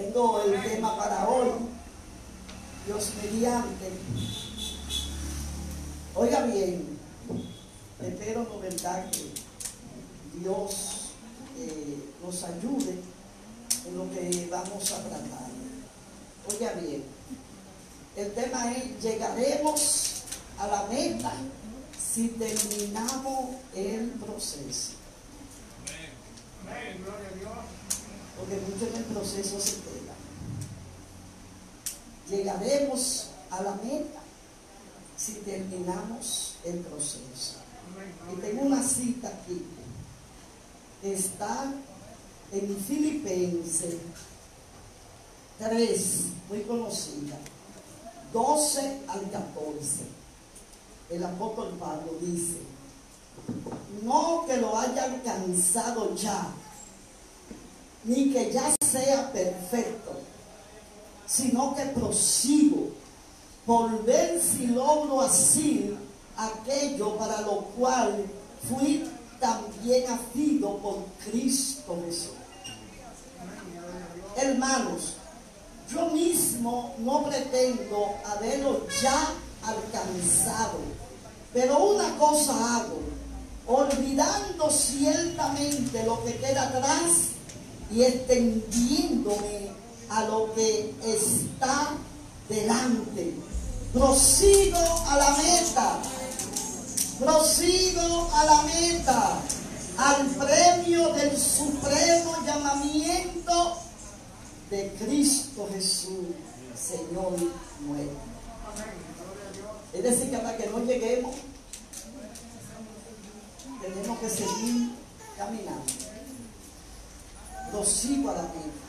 tengo el tema para hoy, Dios mediante. Oiga bien, espero no verdad que Dios nos ayude en lo que vamos a tratar. Oiga bien, el tema es: llegaremos a la meta si terminamos el proceso. Amén, gloria a Dios. Porque muchos en el proceso se quedan. Llegaremos a la meta si terminamos el proceso. Y tengo una cita aquí que está en Filipenses 3, muy conocida, 12 al 14. El apóstol Pablo dice: no que lo haya alcanzado ya, ni que ya sea perfecto, sino que prosigo por ver si logro así aquello para lo cual fui también asido por Cristo Jesús. Hermanos, yo mismo no pretendo haberlo ya alcanzado, pero una cosa hago, olvidando ciertamente lo que queda atrás y extendiéndome a lo que está delante. Prosigo a la meta, prosigo a la meta, al premio del supremo llamamiento de Cristo Jesús, Señor nuestro. Es decir, que hasta que no lleguemos, tenemos que seguir caminando. Prosigo a la meta,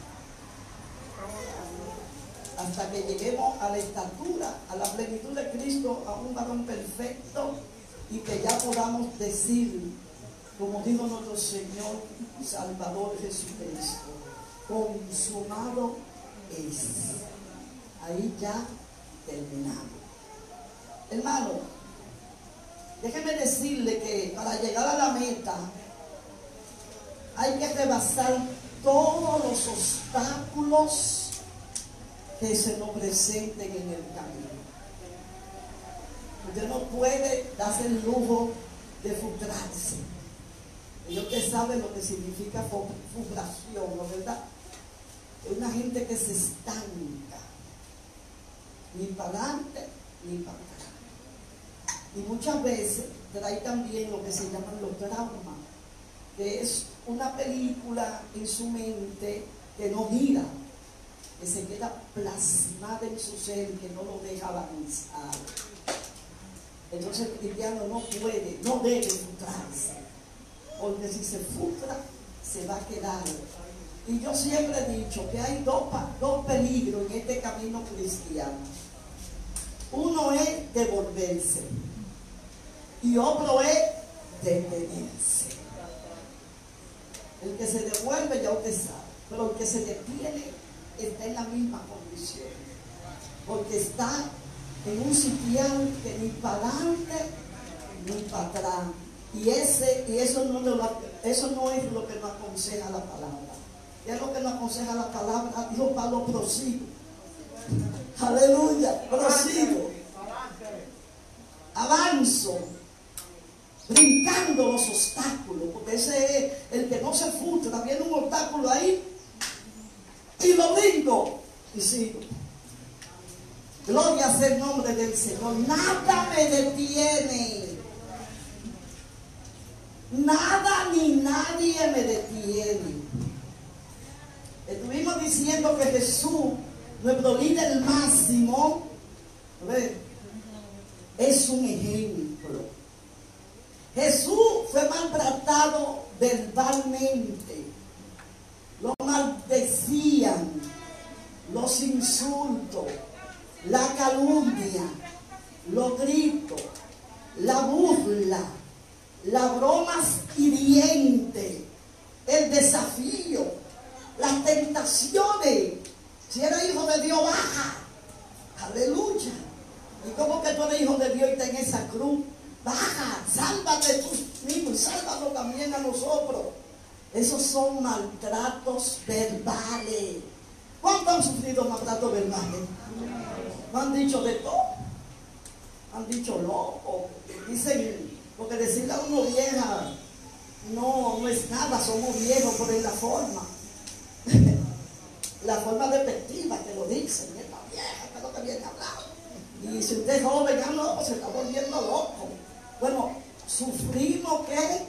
hasta que lleguemos a la estatura, a la plenitud de Cristo, a un varón perfecto, y que ya podamos decir, como dijo nuestro Señor Salvador Jesucristo: consumado es. Ahí ya terminamos. Hermano, déjeme decirle que para llegar a la meta hay que rebasar todos los obstáculos que se nos presenten en el camino. Usted no puede darse el lujo de frustrarse. Y usted sabe lo que significa frustración, ¿no es verdad? Es una gente que se estanca, ni para adelante ni para atrás. Y muchas veces trae también lo que se llaman los traumas, que es una película en su mente que no gira, que se queda plasmada en su ser, que no lo deja avanzar. Entonces el cristiano no puede, no debe frustrarse, porque si se frustra, se va a quedar. Y yo siempre he dicho que hay dos peligros en este camino cristiano. Uno es devolverse y otro es detenerse. El que se devuelve ya usted sabe, pero el que se detiene está en la misma condición, porque está en un sitial que ni para adelante ni para atrás. Y eso no es lo que nos aconseja la palabra. ¿Qué es lo que nos aconseja la palabra? Dijo Pablo: prosigo. Aleluya, prosigo. Avanzo, brincando los obstáculos, porque ese es el que no se frustra. Viene un obstáculo ahí y lo brinco y sigo. Gloria sea el nombre del Señor. Nada me detiene, nada ni nadie me detiene. Estuvimos diciendo que Jesús, nuestro líder máximo, es un ejemplo. Jesús fue maltratado verbalmente, lo maldecían, los insultos, la calumnia, los gritos, la burla, las bromas hirientes, el desafío, las tentaciones. Si eres hijo de Dios, baja. Aleluya. ¿Y cómo que tú eres hijo de Dios y estás en esa cruz? Baja, sálvate tú mismo y sálvanos también a nosotros. Esos son maltratos verbales. ¿Cuántos han sufrido maltrato verbal? Me han dicho de todo. Han dicho loco. Dicen, porque decirle a uno vieja no es nada, somos viejos, pero es la forma. La forma despectiva que lo dicen. Esta vieja, que es lo que viene a hablar. Y si usted es joven, ya no, pues se está volviendo loco. Bueno, sufrimos ¿qué?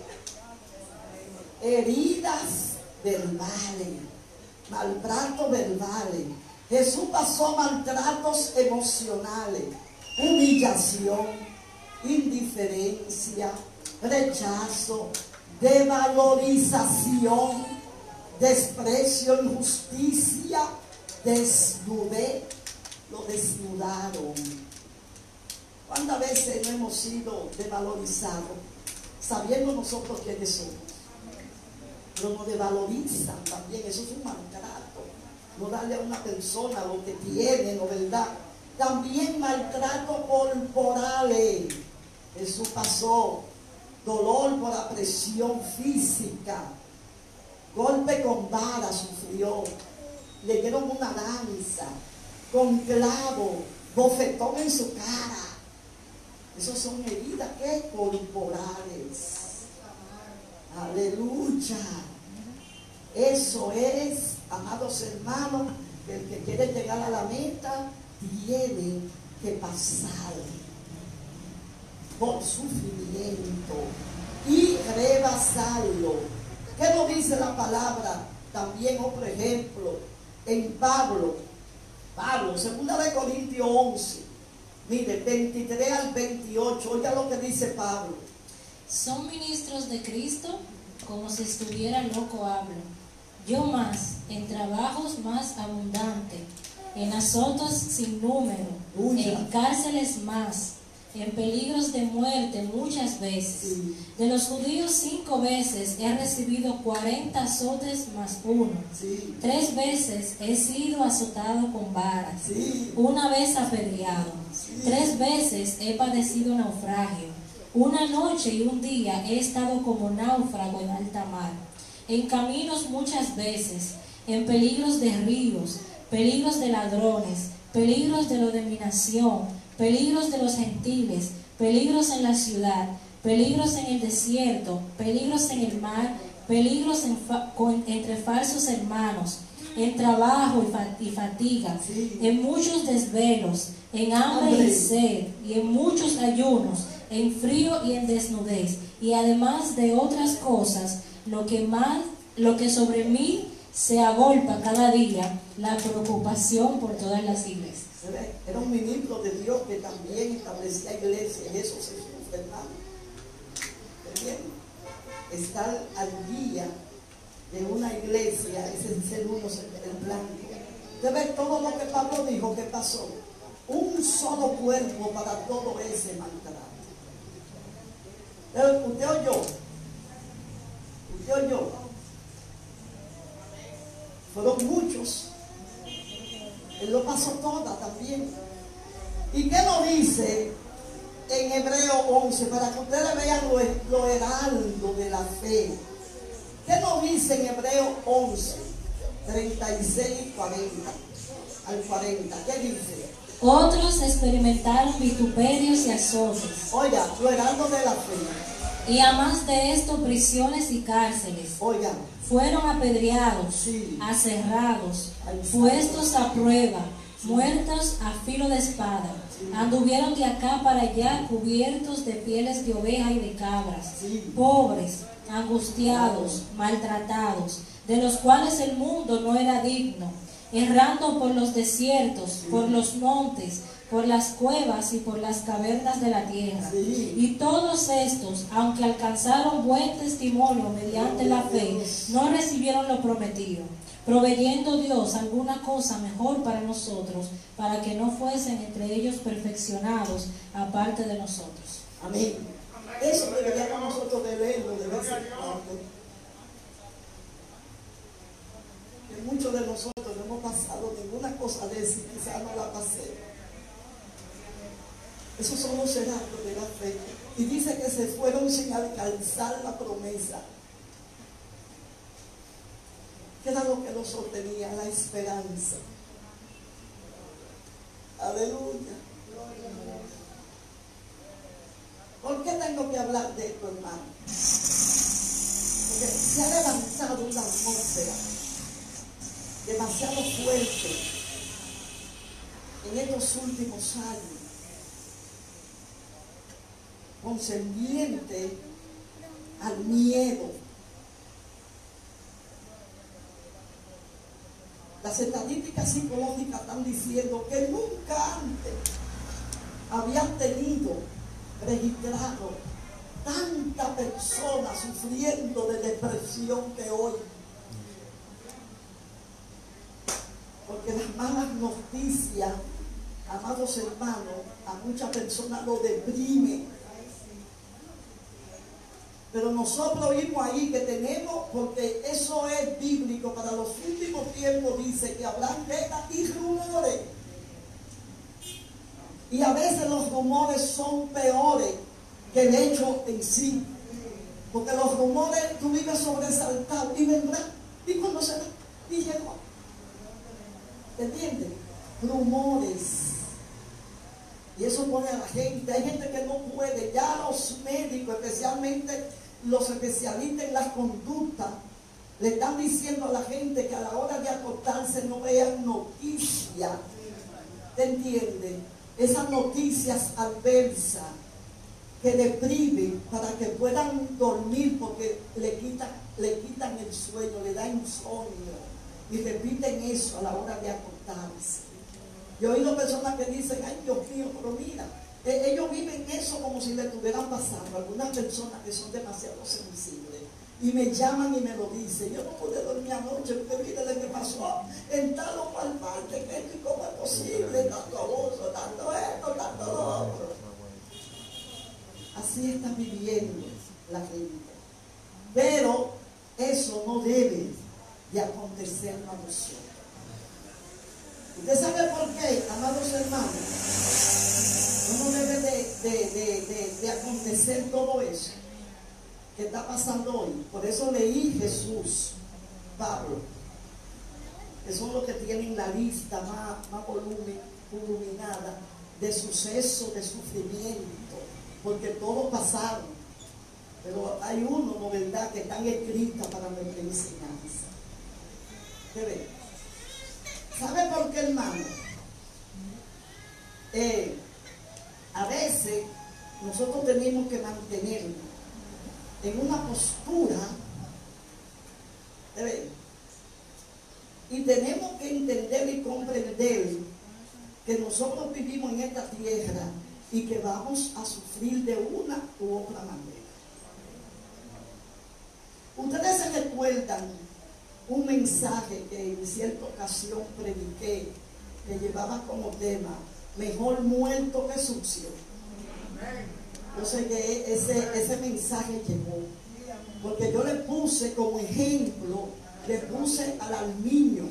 Heridas verbales, maltratos verbales. Jesús pasó maltratos emocionales, humillación, indiferencia, rechazo, devalorización, desprecio, injusticia, desnudez. Lo desnudaron. ¿Cuántas veces no hemos sido devalorizados sabiendo nosotros quiénes somos? Pero nos desvalorizan también. Eso es un maltrato. No darle a una persona lo que tiene, ¿no verdad? También maltrato corporales. Jesús pasó dolor por la presión física, golpe con vara sufrió, le dieron una lanza, con clavo, bofetón en su cara. Esas son heridas ¿qué? Corporales. Aleluya. Eso es, amados hermanos, que el que quiere llegar a la meta tiene que pasar por sufrimiento y rebasarlo. ¿Qué nos dice la palabra? También otro ejemplo en Pablo, 2 Corintios 11, mire, 23 al 28, oiga lo que dice Pablo. Son ministros de Cristo, como si estuviera loco hablo. Yo más, en trabajos más abundantes, en azotos sin número, en cárceles más, en peligros de muerte muchas veces. Sí. De los judíos 5 veces he recibido 40 azotes más uno. Sí. 3 veces he sido azotado con varas. Sí. 1 vez apedreado. Sí. 3 veces he padecido naufragio. 1 noche y 1 día he estado como náufrago en alta mar. En caminos muchas veces, en peligros de ríos, peligros de ladrones, peligros de la dominación, peligros de los gentiles, peligros en la ciudad, peligros en el desierto, peligros en el mar, peligros entre falsos hermanos, en trabajo y fatiga, Sí. en muchos desvelos, en hambre y sed, y en muchos ayunos, en frío y en desnudez, y además de otras cosas, lo que sobre mí se agolpa cada día, la preocupación por todas las iglesias. Era un ministro de Dios que también establecía iglesias, y eso se sufre, hermano. ¿Entienden? Estar al día de una iglesia es ser uno el blanco. De ver todo lo que Pablo dijo que pasó. Un solo cuerpo para todo ese maltrato. ¿Usted oyó? ¿Usted oyó? Fueron muchos. Él lo pasó toda también. ¿Y qué nos dice en Hebreo 11? Para que ustedes vean lo heraldo de la fe. ¿Qué nos dice en Hebreo 11, 36 y 40? Al 40. ¿Qué dice? Otros experimentaron vituperios y azotes. Oiga, lo heraldo de la fe. Y además de esto, prisiones y cárceles. Oiga. Fueron apedreados, Sí. aserrados, Ay, puestos a prueba, muertos a filo de espada. Sí. Anduvieron de acá para allá cubiertos de pieles de oveja y de cabras, Sí. pobres, angustiados, maltratados, de los cuales el mundo no era digno, errando por los desiertos, Sí. por los montes, por las cuevas y por las cavernas de la tierra. Sí. Y todos estos, aunque alcanzaron buen testimonio mediante la fe, no recibieron lo prometido, proveyendo Dios alguna cosa mejor para nosotros, para que no fuesen entre ellos perfeccionados aparte de nosotros. Amén. Eso deberíamos nosotros de verlo de vez en cuando. Que muchos de nosotros no hemos pasado ninguna cosa de eso y quizás no la pasé. Esos son los heraldos de la fe. Y dice que se fueron sin alcanzar la promesa. ¿Qué era lo que los sostenía? La esperanza. Aleluya. ¿Por qué tengo que hablar de esto, hermano? Porque se ha levantado una atmósfera demasiado fuerte en estos últimos años, concerniente al miedo. Las estadísticas psicológicas están diciendo que nunca antes habían tenido registrado tanta persona sufriendo de depresión que hoy. Porque las malas noticias, amados hermanos, a muchas personas lo deprimen. Pero nosotros oímos ahí que tenemos, porque eso es bíblico, para los últimos tiempos dice que habrán guerras y rumores. Y a veces los rumores son peores que el hecho en sí. Porque los rumores, tú vives sobresaltado y vendrá. ¿Y cuándo será? Y llegó. ¿Entiendes? Rumores. Y eso pone a la gente. Hay gente que no puede. Ya los médicos, especialmente los especialistas en las conductas, le están diciendo a la gente que a la hora de acostarse no vean noticias. ¿Te entiendes? Esas noticias adversas que deprimen, para que puedan dormir, porque le quitan el sueño, le da insomnio, y repiten eso a la hora de acostarse. Yo he oído personas que dicen, ay Dios mío, pero mira, ellos viven eso como si le estuvieran pasando. Algunas personas que son demasiado sensibles y me llaman y me lo dicen. Yo no pude dormir anoche porque mira lo que pasó en tal o cual parte, que esto y cómo es posible, tanto abuso, tanto esto, tanto lo otro. Así está viviendo la gente. Pero eso no debe de acontecer a nosotros. ¿Usted sabe por qué, amados hermanos? No debe de acontecer todo eso que está pasando hoy. Por eso leí Jesús, Pablo, que son los que tienen la lista más voluminada de sucesos, de sufrimiento, porque todos pasaron. Pero hay uno, ¿no verdad?, que están escritas para nuestra enseñanza. ¿Qué ve? ¿Sabe por qué, hermano? A veces nosotros tenemos que mantenernos en una postura, y tenemos que entender y comprender que nosotros vivimos en esta tierra y que vamos a sufrir de una u otra manera. Ustedes se recuerdan un mensaje que en cierta ocasión prediqué, que llevaba como tema mejor muerto que sucio. Yo sé que ese mensaje llegó, porque yo le puse como ejemplo, le puse al armiño,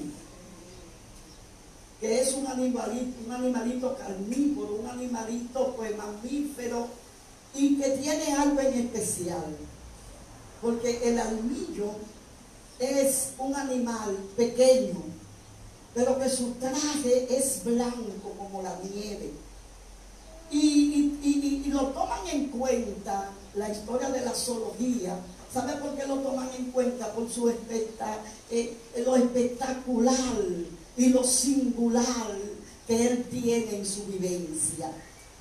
que es un animalito carnívoro, un animalito pues mamífero, y que tiene algo en especial, porque el armiño es un animal pequeño, pero que su traje es blanco como la nieve. Y lo toman en cuenta, la historia de la zoología. ¿Sabe por qué lo toman en cuenta? Por su lo espectacular y lo singular que él tiene en su vivencia.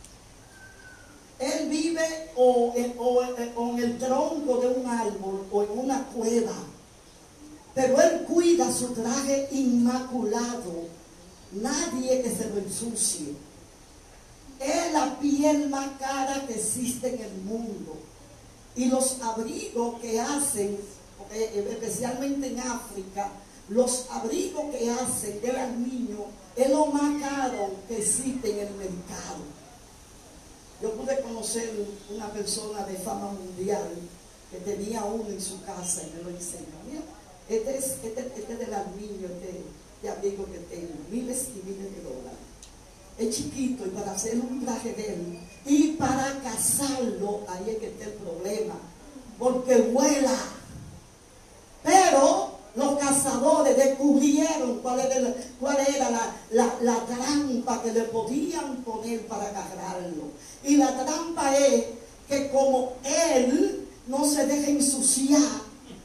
Él vive o en el tronco de un árbol o en una cueva, pero él cuida su traje inmaculado. Nadie que se lo ensucie. Es la piel más cara que existe en el mundo. Y los abrigos que hacen, especialmente en África, los abrigos que hacen del armiño es lo más caro que existe en el mercado. Yo pude conocer una persona de fama mundial que tenía uno en su casa y me lo enseñó. Mira, este es del armiño, este abrigo que tengo, miles y miles de dólares. Es chiquito, y para hacer un traje de él y para cazarlo, ahí es que está el problema, porque vuela. Pero los cazadores descubrieron cuál era la trampa que le podían poner para agarrarlo. Y la trampa es que como él no se deja ensuciar,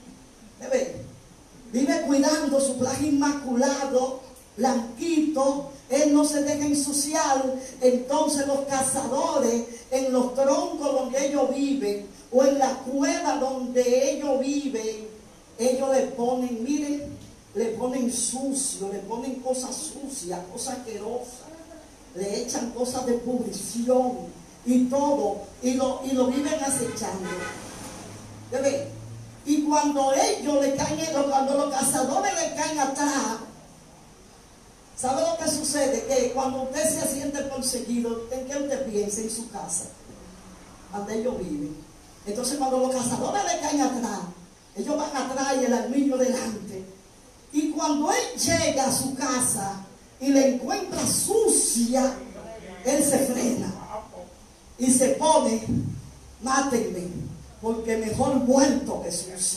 vive cuidando su traje inmaculado, blanquito, él no se deja ensuciar, entonces los cazadores en los troncos donde ellos viven o en la cueva donde ellos viven, ellos le ponen, miren, le ponen sucio, le ponen cosas sucias, cosas asquerosas, le echan cosas de pudrición y todo, y lo viven acechando. ¿Ve? Y cuando ellos le caen, cuando los cazadores le caen atrás, ¿sabe lo que sucede? Que cuando usted se siente perseguido, ¿en qué usted piensa? En su casa, donde ellos viven. Entonces cuando los cazadores le caen atrás, ellos van atrás y el armiño delante. Y cuando él llega a su casa y la encuentra sucia, él se frena y se pone, mátenme, porque mejor muerto que sucio.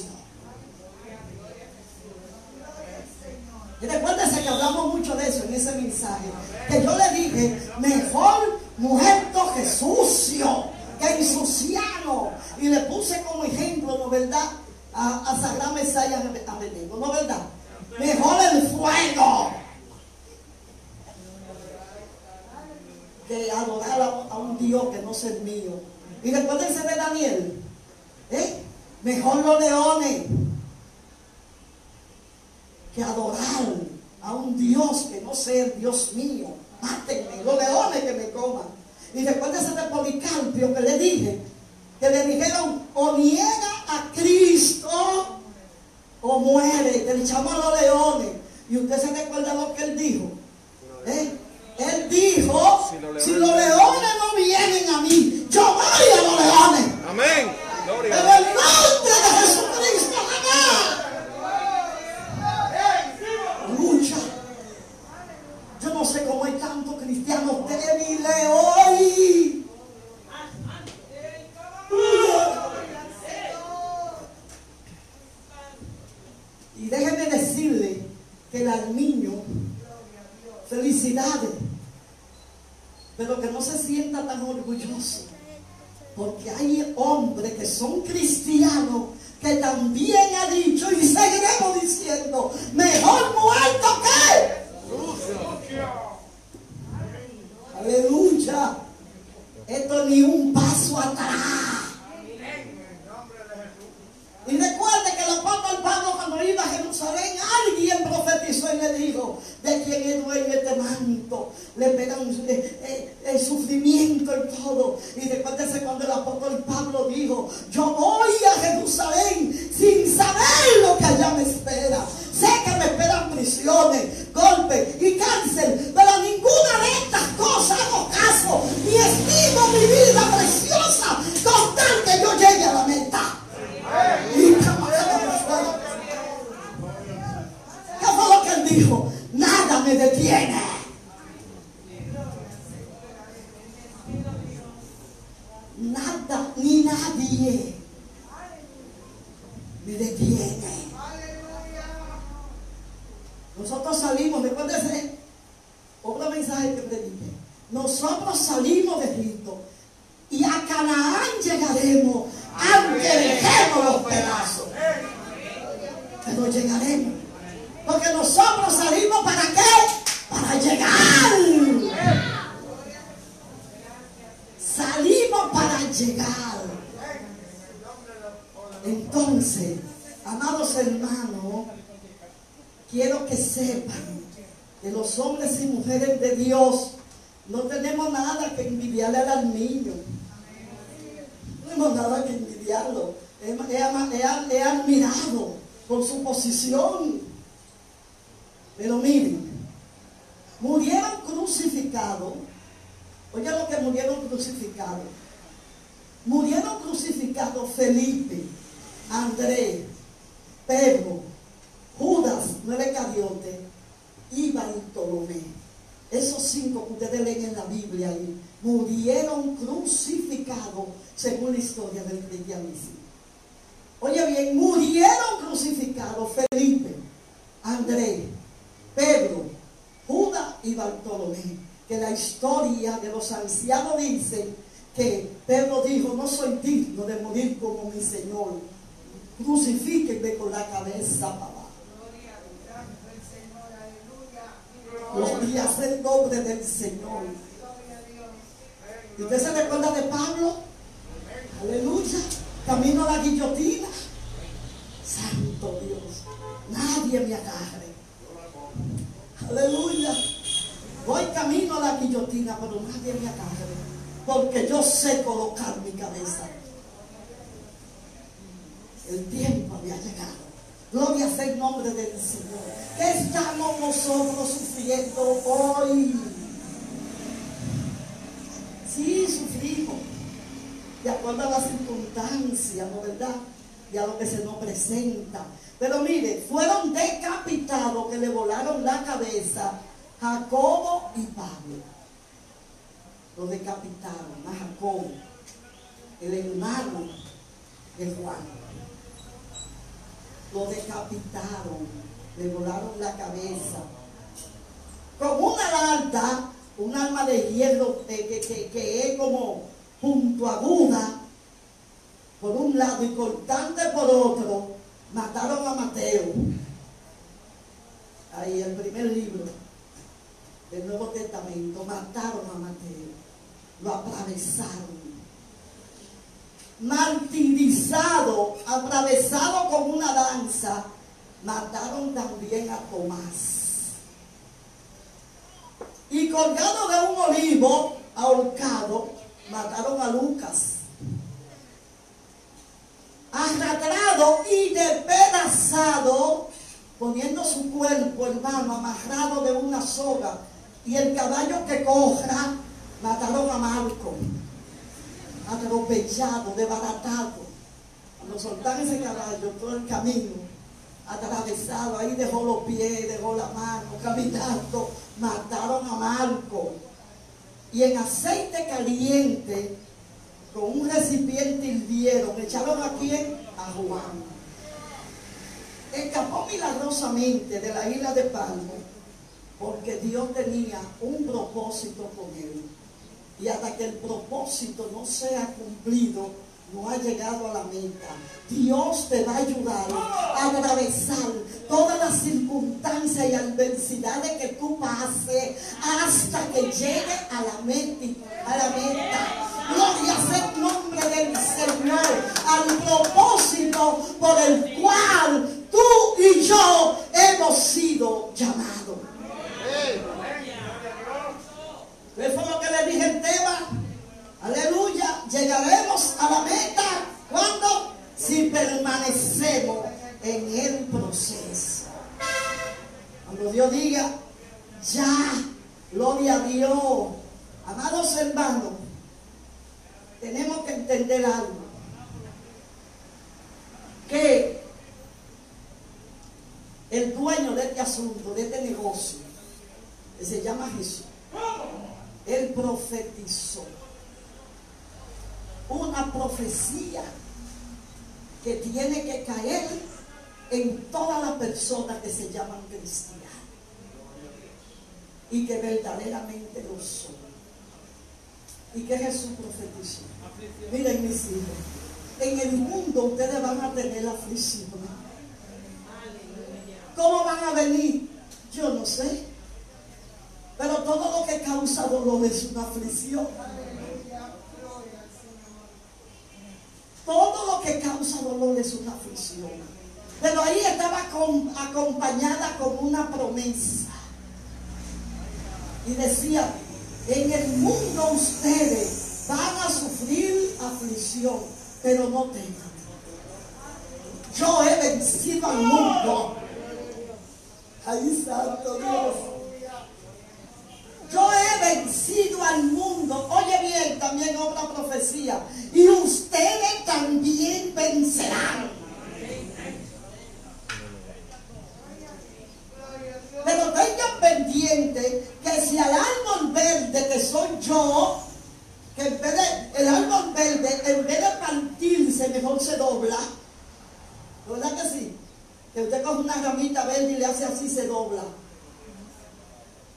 Y recuérdese que hablamos mucho de eso en ese mensaje, que yo le dije, mejor muerto que sucio, que ensuciado. Y le puse como ejemplo, ¿no verdad?, a Sagrada Mesaya Abednego, ¿no verdad? Mejor el fuego que adorar a un Dios que no es el mío. Y recuérdense de Daniel, mejor los leones que adorar a un Dios que no sea el Dios mío. Mátenme, los leones que me coman. Y recuérdense de Policarpio, que le dije, que le dijeron, o niega a Cristo o muere, que le echamos a los leones. Y usted se recuerda lo que él dijo. Él dijo, si los leones no vienen a mí, yo voy a los leones. Amén. En el nombre de Jesucristo, amén. Lucha. Yo no sé cómo hay tantos cristianos débiles hoy. Y déjenme decirle que el armiño, felicidades, pero que no se sienta tan orgulloso, porque hay hombres que son cristianos que también ha dicho, y seguiremos diciendo, mejor muerto que aleluya. Esto ni un paso atrás. Y recuerde que el apóstol Pablo, cuando iba a Jerusalén, alguien profetizó y le dijo, de quien es dueño este manto, le esperan el sufrimiento y todo. Y recuérdese cuando el apóstol Pablo dijo, yo voy a Jerusalén sin saber lo que allá me espera. Sé que me esperan prisiones, golpes y cárcel, pero a ninguna de estas cosas hago caso, ni estimo mi vida preciosa, con tal que yo llegue a la meta. ¿Qué fue lo que él dijo? Nada me detiene. Nada ni nadie me detiene. Nosotros salimos, recuérdense, otro mensaje que prediqué. Nosotros salimos de Egipto y a Canaán llegaremos, aunque dejemos los pedazos. Pero llegaremos. Porque nosotros salimos ¿para qué? Para llegar. Salimos para llegar. Entonces, amados hermanos, quiero que sepan que los hombres y mujeres de Dios no tenemos nada que envidiarle al armiño. No tenemos nada que envidiarlo. He admirado por su posición. Pero miren, murieron crucificados. Oye lo que murieron crucificados. Murieron crucificados Felipe, Andrés, Pedro, Judas, 9 Iscariote y Bartolomé. Esos 5 que ustedes leen en la Biblia ahí, murieron crucificados según la historia del cristianismo. Oye bien, murieron crucificados Felipe, Andrés, Pedro, Judas y Bartolomé. Que la historia de los ancianos dice que Pedro dijo: no soy digno de morir como mi Señor, crucifíquenme con la cabeza para abajo. Gloria sea el nombre del Señor. ¿Y usted se recuerda de Pablo? Aleluya. Camino a la guillotina. Santo Dios, nadie me agarre. Aleluya. Voy camino a la guillotina, pero nadie me agarre, porque yo sé colocar mi cabeza. El tiempo había llegado. Gloria sea el nombre del Señor. ¿Qué estamos nosotros sufriendo hoy? Sí, sufrimos, de acuerdo a las circunstancias, ¿no verdad? Y a lo que se nos presenta. Pero mire, fueron decapitados, que le volaron la cabeza, Jacobo y Pablo. Lo decapitaron a Jacobo, el hermano de Juan. Lo decapitaron, le volaron la cabeza con una lanza, un arma de hierro que es como puntiaguda por un lado y cortante por otro. Mataron a Mateo. Ahí el primer libro del Nuevo Testamento. Mataron a Mateo, lo atravesaron, martirizado, atravesado con una lanza. Mataron también a Tomás, y colgado de un olivo, ahorcado, mataron a Lucas. Arrastrado y despedazado, poniendo su cuerpo, hermano, amarrado de una soga, y el caballo que corra. Mataron a Marco, atropellado, desbaratado. Cuando soltaron ese caballo, todo el camino atravesado, ahí dejó los pies, dejó la mano, caminando. Mataron a Marco, y en aceite caliente, con un recipiente hirvieron. ¿Echaron a quién? A Juan. Escapó milagrosamente de la isla de Patmos, porque Dios tenía un propósito con él. Y hasta que el propósito no sea cumplido, no ha llegado a la meta. Dios te va a ayudar a atravesar todas las circunstancias y adversidades que tú pases hasta que llegue a la meta. Gloria sea el nombre del Señor, al propósito por el cual tú y yo hemos sido llamados. ¿Qué fue lo que le dije en tema? Aleluya, llegaremos a la meta. ¿Cuándo? Si permanecemos en el proceso. Cuando Dios diga, ya, gloria a Dios. Amados hermanos, tenemos que entender algo. Que el dueño de este asunto, de este negocio, que se llama Jesús, él profetizó una profecía que tiene que caer en todas las personas que se llaman cristianos y que verdaderamente lo son. ¿Y que Jesús profetizó? Miren, mis hijos, en el mundo ustedes van a tener aflicción. ¿Cómo van a venir? Yo no sé. Pero todo lo que causa dolor es una aflicción. Todo lo que causa dolor es una aflicción. Pero ahí estaba acompañada con una promesa. Y decía, en el mundo ustedes van a sufrir aflicción, pero no teman. Yo he vencido al mundo. Ay, santo Dios. Yo he vencido al mundo. Oye bien, también otra profecía. Y ustedes también vencerán. Pero tengan pendiente que si al árbol verde que soy yo, que en vez de, el árbol verde, en vez de partirse, mejor se dobla. ¿Verdad que sí? Que usted coge una ramita verde y le hace así, se dobla.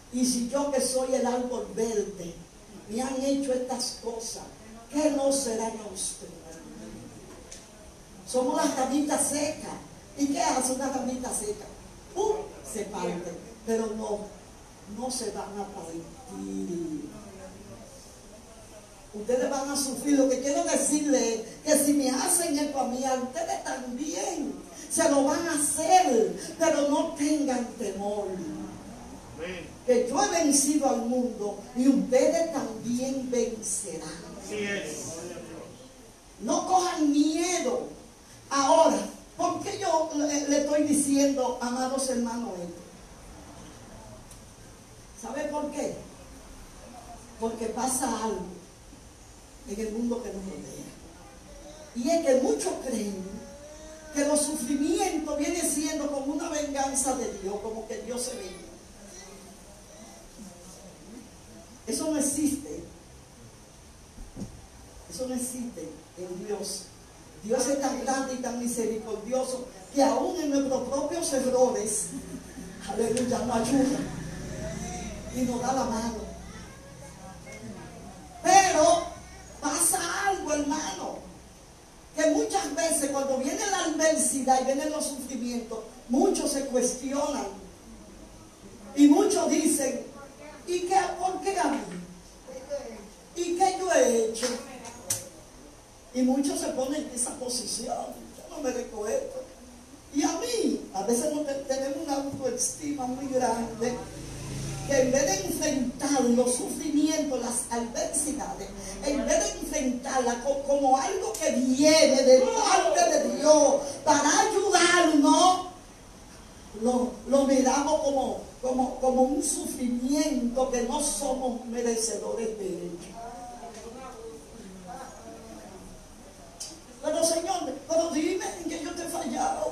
Y si yo que soy el árbol verde, me han hecho estas cosas, ¿qué no serán a ustedes? Somos las ramitas secas. ¿Y qué hace una ramita seca? ¡Pum! Se parte. Pero no se van a partir. Ustedes van a sufrir. Lo que quiero decirles es que si me hacen esto a mí, a ustedes también se lo van a hacer. Pero no tengan temor. Que yo he vencido al mundo y ustedes también vencerán. Así es. No cojan miedo. Ahora, ¿por qué yo le estoy diciendo, amados hermanos, esto? ¿Sabe por qué? Porque pasa algo en el mundo que nos rodea. Y es que muchos creen que los sufrimientos vienen siendo como una venganza de Dios, como que Dios se venga. Eso no existe. Eso no existe en Dios. Dios es tan grande y tan misericordioso que aún en nuestros propios errores, aleluya, nos ayuda y nos da la mano. Pero pasa algo, hermano, que muchas veces cuando viene la adversidad y vienen los sufrimientos, muchos se cuestionan y muchos dicen, ¿y qué? ¿Por qué a mí? ¿Y qué yo he hecho? Y muchos se ponen en esa posición. Yo no merezco esto. Y a mí, a veces tenemos una autoestima muy grande, que en vez de enfrentar los sufrimientos, las adversidades, en vez de enfrentarla como algo que viene de parte de Dios para ayudarnos, lo miramos como un sufrimiento que no somos merecedores de ello. Pero Señor, pero dime en que yo te he fallado.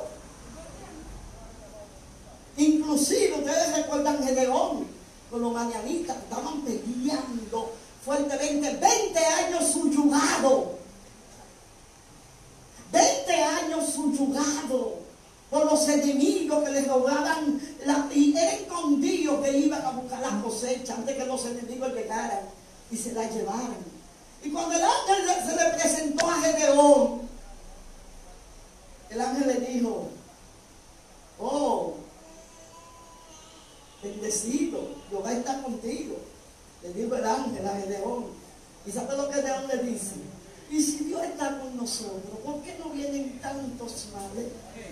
Inclusive ustedes recuerdan Gedeón con los madianitas que estaban peleando fuertemente 20 años subyugado. 20 años subyugado por los enemigos que les robaban y era escondido que iban a buscar la cosecha antes que los enemigos llegaran y se la llevaran. Y cuando el ángel se le presentó a Gedeón, el ángel le dijo, oh, bendecido, Jehová está contigo. Le dijo el ángel a Gedeón. ¿Y sabe lo que Gedeón le dice? Y si Dios está con nosotros, ¿por qué no vienen tantos males?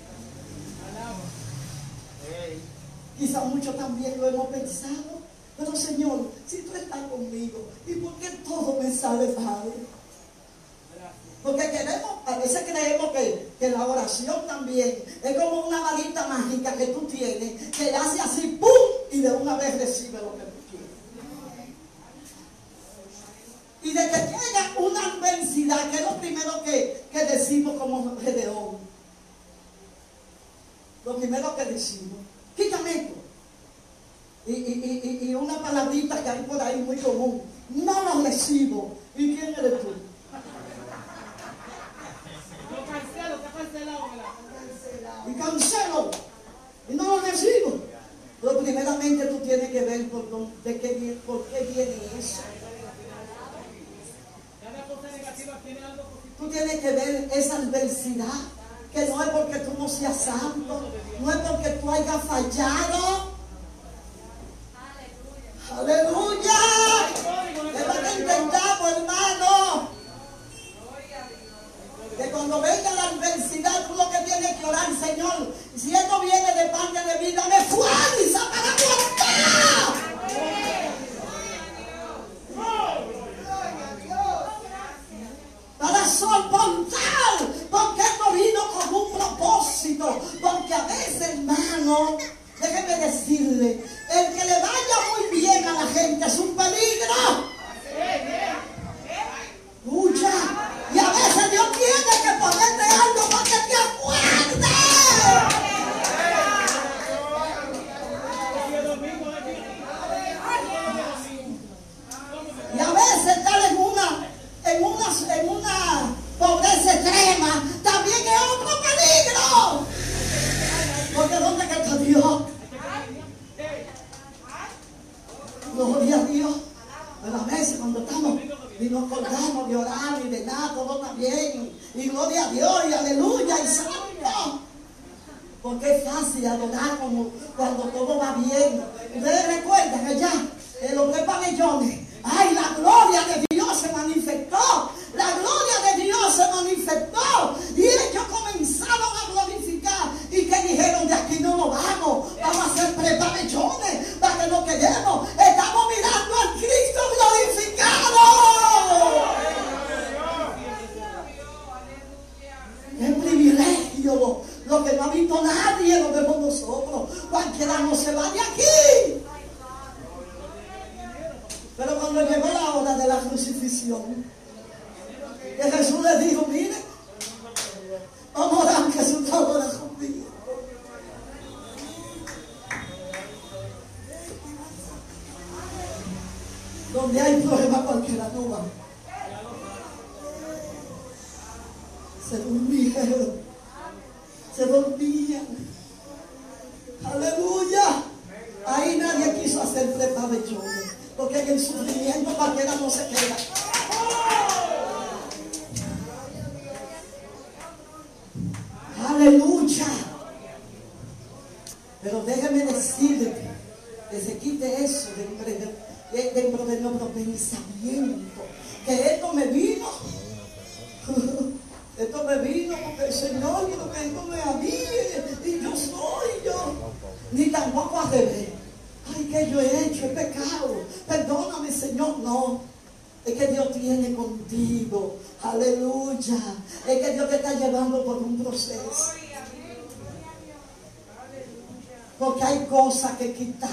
Quizá muchos también lo hemos pensado. Pero Señor, si tú estás conmigo, ¿y por qué todo me sale mal? Porque a veces creemos que la oración también es como una varita mágica que tú tienes, que le hace así, ¡pum! Y de una vez recibe lo que tú quieres. Y de que llega una adversidad, que es lo primero que decimos como Gedeón. Lo primero que decimos, quítame esto. Y una palabrita que hay por ahí muy común, no lo recibo. ¿Y quién eres tú? Lo cancelo, está cancelado. Y cancelo. Y no lo recibo. Pero primeramente tú tienes que ver por qué viene eso. Cada cosa negativa tiene algo positivo. Tú tienes que ver esa adversidad, que no es porque tú no seas santo, no es porque tú hayas fallado. ¡Aleluya! Es lo que intentamos, hermano. Que cuando venga la adversidad, tú lo que tienes que orar, Señor, si esto viene de parte de mí, dame fuerza para aguantar. Para soportar, porque esto vino con un propósito. Porque a veces, hermano, déjeme decirle, el que le vaya muy bien a la gente es un peligro. Escucha. Y a veces Dios tiene que ponerte algo para que te acuerdes. Gloria a Dios. Pero a veces cuando estamos y nos acordamos de orar y de nada, todo está bien. Y gloria a Dios y aleluya y santo. Porque es fácil adorar como cuando todo va bien. Ustedes recuerdan allá en los 3 pabellones. Ay, la gloria de Dios se manifestó. La gloria de Dios se manifestó. Y ellos comenzaron a glorificar. Y que dijeron, de aquí no nos vamos. Vamos a hacer 3 pabellones para que nos quedemos. Estamos mirando al Cristo glorificado. ¡Qué privilegio! Lo que no ha visto nadie lo vemos nosotros. Cualquiera no se va de aquí. Pero cuando llegó la hora de la crucifixión, que Jesús les dijo, mire, vamos a orar que Jesús está ahora conmigo. Donde hay problema cualquiera no va. Se durmieron. Se dormían. Aleluya. Ahí nadie quiso hacer 3 pabellones. Porque en el sufrimiento cualquiera no se queda. Aleluya. Pero déjeme decirle que se quite eso dentro de nuestro pensamiento. Que esto me vino. Esto me vino porque el Señor dijo que esto me a mí y yo soy yo. Ni tampoco a revés. Ay, que yo he hecho, he pecado. Perdóname, Señor. No. Es que Dios tiene contigo. Aleluya. Es que Dios te está llevando por un proceso. Porque hay cosas que quitar.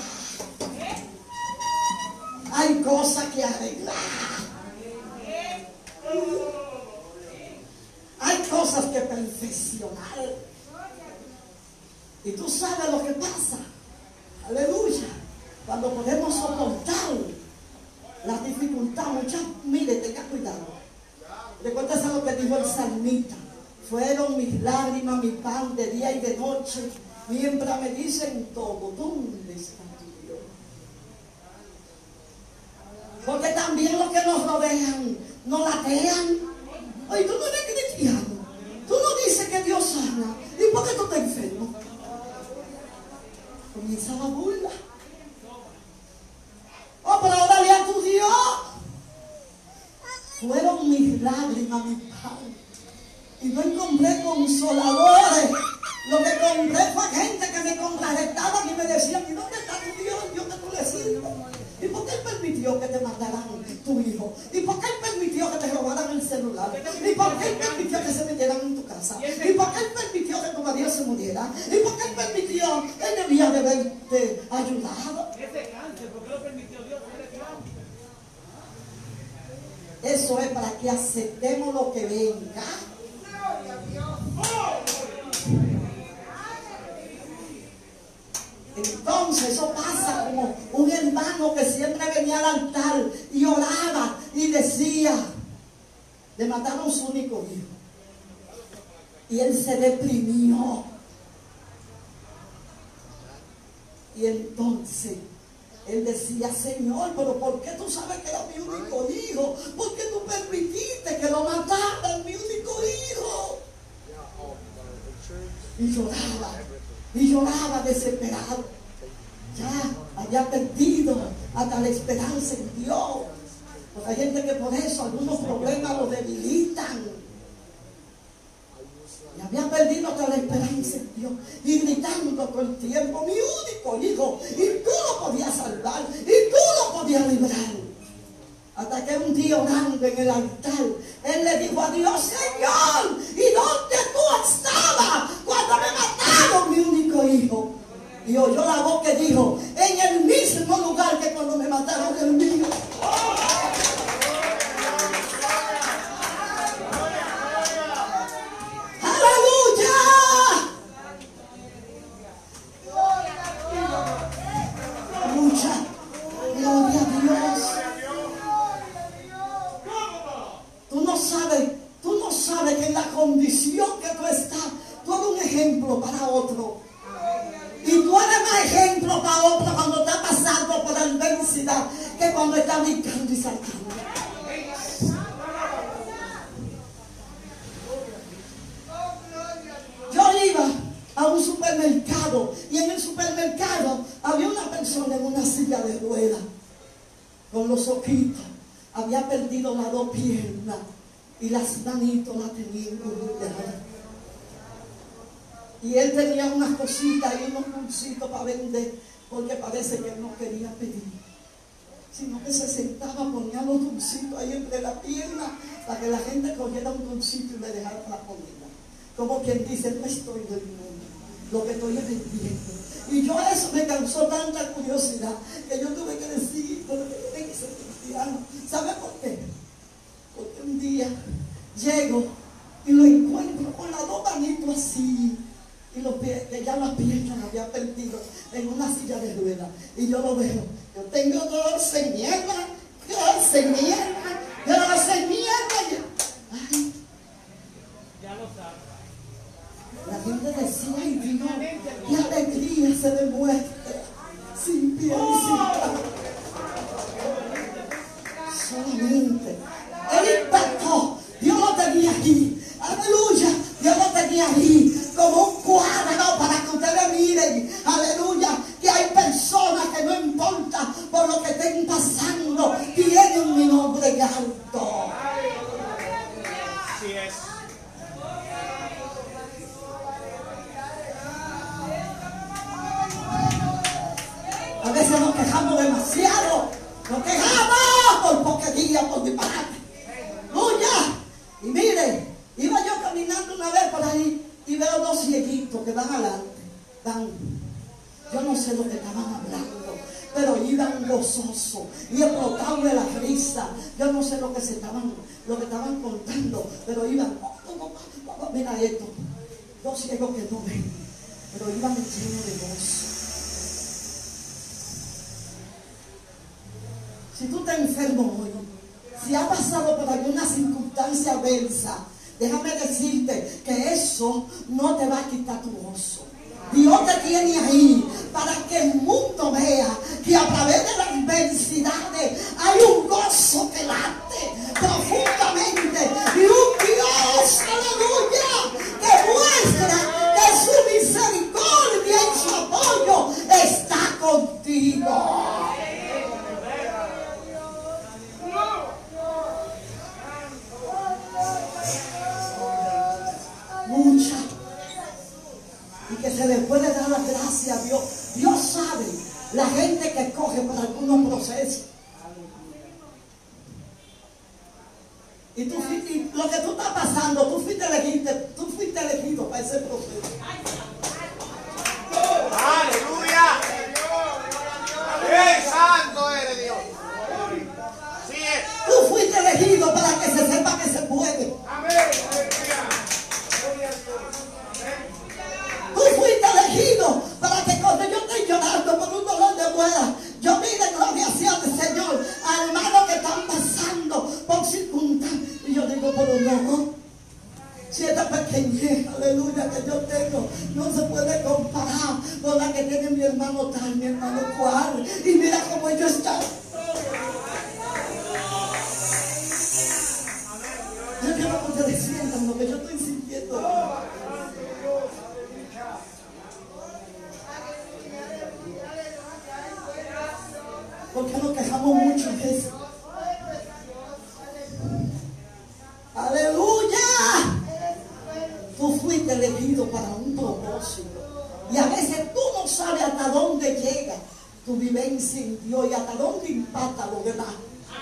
Hay cosas que arreglar. Hay cosas que perfeccionar. Y tú sabes lo que pasa. Aleluya. Cuando podemos soportar la dificultad, mire, tenga cuidado. Recuérdese lo que dijo el salmista. Fueron mis lágrimas, mi pan de día y de noche, mientras me dicen todo, ¿dónde está tu Dios? Porque también los que nos rodean nos latean. Oye, tú no eres cristiano. Tú no dices que Dios sana. ¿Y por qué tú estás enfermo? Comienza la burla. Oh, pero órale a tu Dios. Fueron mis lágrimas, mi pan. Y no encontré consoladores. Lo que encontré fue gente que me contrarrestaban y me decían, ¿y dónde está tu Dios? Dios que tú le sirves. ¿Y por qué Él permitió que te mataran tu hijo? ¿Y por qué Él permitió que te robaran el celular? ¿Y por qué Él permitió que se metieran en tu casa? ¿Y por qué Él permitió que tu marido se muriera? ¿Y por qué Él permitió? Él debía de haberte ayudado. Ese cáncer, ¿por qué lo permitió Dios? Eso es para que aceptemos lo que venga. Entonces eso pasa como un hermano que siempre venía al altar y oraba y decía, le mataron su único hijo y él se deprimió. Y entonces él decía, Señor, pero ¿por qué tú sabes que era mi único hijo? ¿Por qué tú permitiste que lo mataran, mi único hijo? Y lloraba desesperado. Ya había perdido hasta la esperanza en Dios. Porque hay gente que por eso algunos problemas lo debilitan. Y había perdido hasta la esperanza en Dios. Y gritando todo el tiempo, mi único hijo. Y tú lo podías salvar. Y tú lo podías librar. Hasta que un día orando en el altar, él le dijo a Dios, Señor, ¿y dónde tú estabas cuando me mataron mi único hijo? Y oyó la voz que dijo, en el mismo lugar que cuando me mataron el mío. ¡Aleluya! Mucha gloria a Dios. Tú no sabes que en la condición que tú estás, tú eres un ejemplo para otro. Y tú eres más ejemplo para otro cuando estás pasando por adversidad. cosita que cuando está brincando y saltando. Yo iba a un supermercado y en el supermercado había una persona en una silla de ruedas con los ojitos, había perdido las dos piernas y las manitos las tenía engordadas. Y él tenía unas cositas y unos dulcitos para vender, porque parece que él no quería pedir, sino que se sentaba, ponía los dulcitos ahí entre las piernas para que la gente cogiera un dulcito y le dejara la comida. Como quien dice, no estoy del mundo, lo que estoy es vendiendo. Y yo eso me causó tanta curiosidad que yo tuve que decir, pero tiene que ser cristiano. ¿Sabe por qué? Porque un día llego y lo encuentro con las dos manitos así, y los pies, que ya las piernas había perdido en una silla de ruedas. Y yo lo veo, yo tengo dolor, se niega, se niega, se niega. Ay, Ya lo sabes. la gente decía, ay Dios, qué alegría se demuestra sin pie y sin cara. Solamente él impactó, Dios lo tenía aquí, aleluya, Dios lo tenía ahí como un cuadro para que ustedes miren, aleluya, que hay personas que no importa por lo que estén pasando, tienen mi nombre alto. Así es. A veces nos quejamos demasiado, nos quejamos por porquería, por disparate. ¡Aleluya! Y mire, iba yo caminando una vez por ahí y veo dos cieguitos que van adelante. Yo no sé lo que estaban hablando, pero iban gozosos y explotaban de la risa. Yo no sé lo que estaban contando, pero iban, mira esto, dos ciegos que no ven, pero iban llenos de gozo. Si tú estás enfermo hoy, si has pasado por alguna circunstancia adversa, déjame decirte que eso no te va a quitar tu gozo. Dios te tiene ahí para que el mundo vea que a través de las adversidades hay un gozo que late profundamente y un Dios, aleluya, que muestra que su misericordia y su apoyo está contigo. Mucha, y que se le puede dar las gracias a Dios. Dios sabe la gente que escoge para algunos procesos. Y lo que tú estás pasando, tú fuiste elegido para ese proceso. ¡Aleluya! ¡Qué santo eres Dios! Así es. Tú fuiste elegido para que se sepa que se puede. Tú fuiste elegido para que cuando yo estoy llorando por un dolor de muela, yo mire gloria sea del Señor a hermanos que están pasando por circunstancias. Y yo digo, pero no, si esta pequeñez, aleluya, que yo tengo, no se puede comparar con la que tiene mi hermano tal, mi hermano cual. Y mira cómo ellos están. Yo quiero que ustedes sientan lo que yo estoy sintiendo. Porque nos quejamos mucho de eso. ¡Aleluya! Tú fuiste elegido para un propósito. Y a veces tú no sabes hasta dónde llega tu vivencia en Dios y hasta dónde impacta lo demás.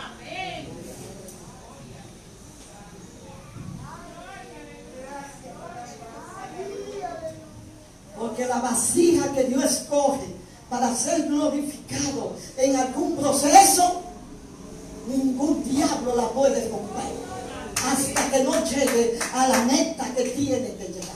Porque la vasija que Dios escoge para ser glorificado en algún proceso, ningún diablo la puede romper hasta que no llegue a la meta que tiene que llegar.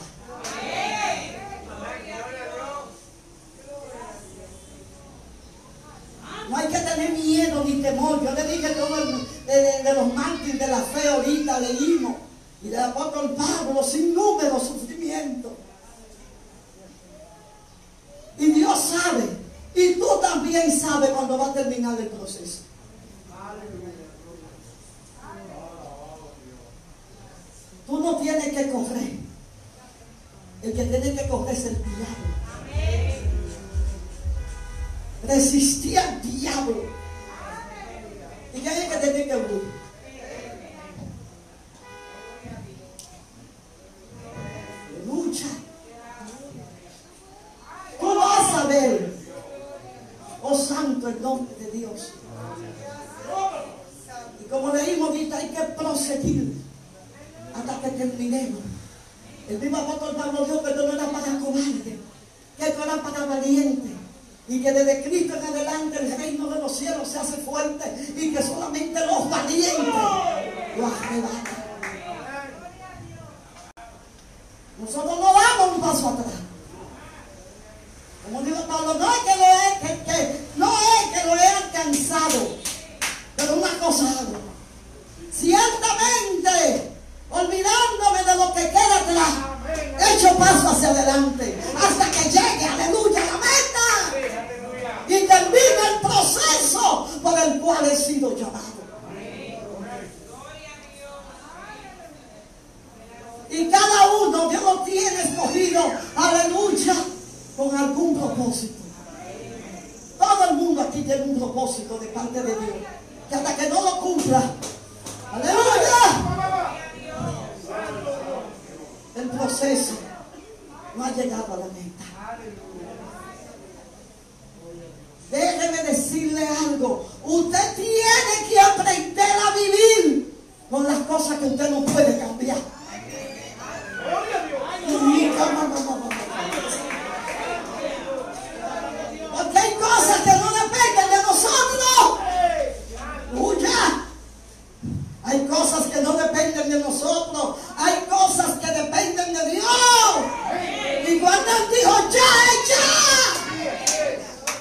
No hay que tener miedo ni temor. Yo le dije todo de los mártires de la fe ahorita leímos, y del apóstol Pablo, sin número sufrimiento. Y Dios sabe, y tú también también sabe cuándo va a terminar el proceso. Tú no tienes que correr. El que tiene que correr es el diablo. Resistí al diablo. ¿Y quién es el que tiene que huir? Lucha. Tú vas a ver, oh santo, el nombre de Dios. Y como leímos ahorita, hay que proseguir hasta que terminemos. El mismo apóstol Pablo dijo que esto no era para cobarde, que esto era para valiente, y que desde Cristo en adelante el reino de los cielos se hace fuerte y que solamente los valientes lo arrebatan. Nosotros no damos un paso atrás. Como digo Pablo, no es que lo he alcanzado, pero una cosa hago. Ciertamente, olvidándome de lo que queda atrás, echo paso hacia adelante hasta que llegue, aleluya, a la meta y termine el proceso por el cual he sido llamado. Y cada uno Dios lo tiene escogido, aleluya, con algún propósito. Todo el mundo aquí tiene un propósito de parte de Dios, que hasta que no lo cumpla, aleluya, el proceso no ha llegado a la meta. Déjeme decirle algo. Usted tiene que aprender a vivir con las cosas que usted no puede cambiar. Porque hay cosas que no dependen de nosotros. ¡Huya! Hay cosas que no dependen de nosotros. Hay cosas que dependen de Dios. Y cuando Él dijo ya, es ya.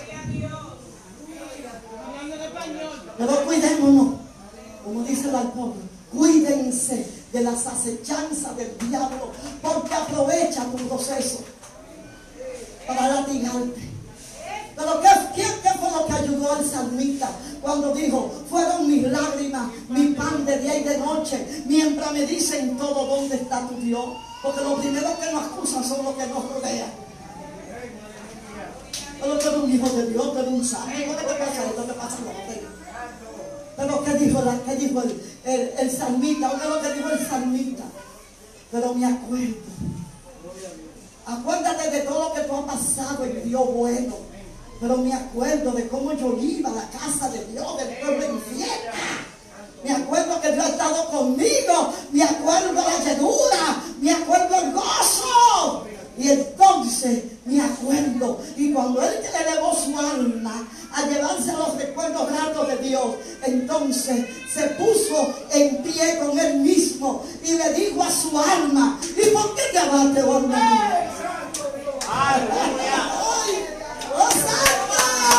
Pero cuidémonos, como dice el autor, cuídense de las acechanzas del diablo, porque aprovecha tu proceso para latigarte. Pero ¿qué fue lo que ayudó al salmista cuando dijo: fueron mis lágrimas, mi pan de día y de noche, mientras me dicen todo dónde está tu Dios? Porque los primeros que nos acusan son los que nos rodean. Pero tú eres un hijo de Dios, tú eres un santo, ¿qué te pasa? ¿Qué te pasa? Pero ¿qué dijo el salmista? ¿Qué es lo que dijo el salmista? Pero me acuerdo. Acuérdate de todo lo que tú has pasado en Dios bueno. Pero me acuerdo de cómo yo iba a la casa de Dios, del pueblo en fiesta. Me acuerdo que Dios ha estado conmigo. Me acuerdo de la llenura. Me acuerdo el gozo. Y entonces me acuerdo. Y cuando Él elevó su alma a llevarse a los recuerdos gratos de Dios, entonces se puso en pie con Él mismo y le dijo a su alma: ¿y por qué te abaste, oh alma mía? ¡Aleluya! ¡Oh, santo!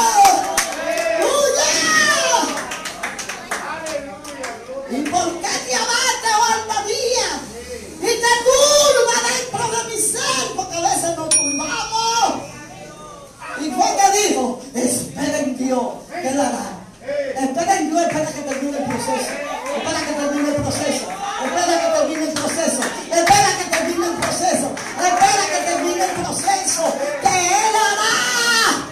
¿Y por qué te abates, oh alma mía? Y te turba dentro de mi ser, porque a veces nos turbamos. ¿Y fue que dijo? Espera en Dios, que Él hará. Espera en Dios, espera que termine el proceso. Espera que termine el proceso. Espera que termine el proceso. Espera que termine el proceso. Espera que termine el proceso. Que Él hará.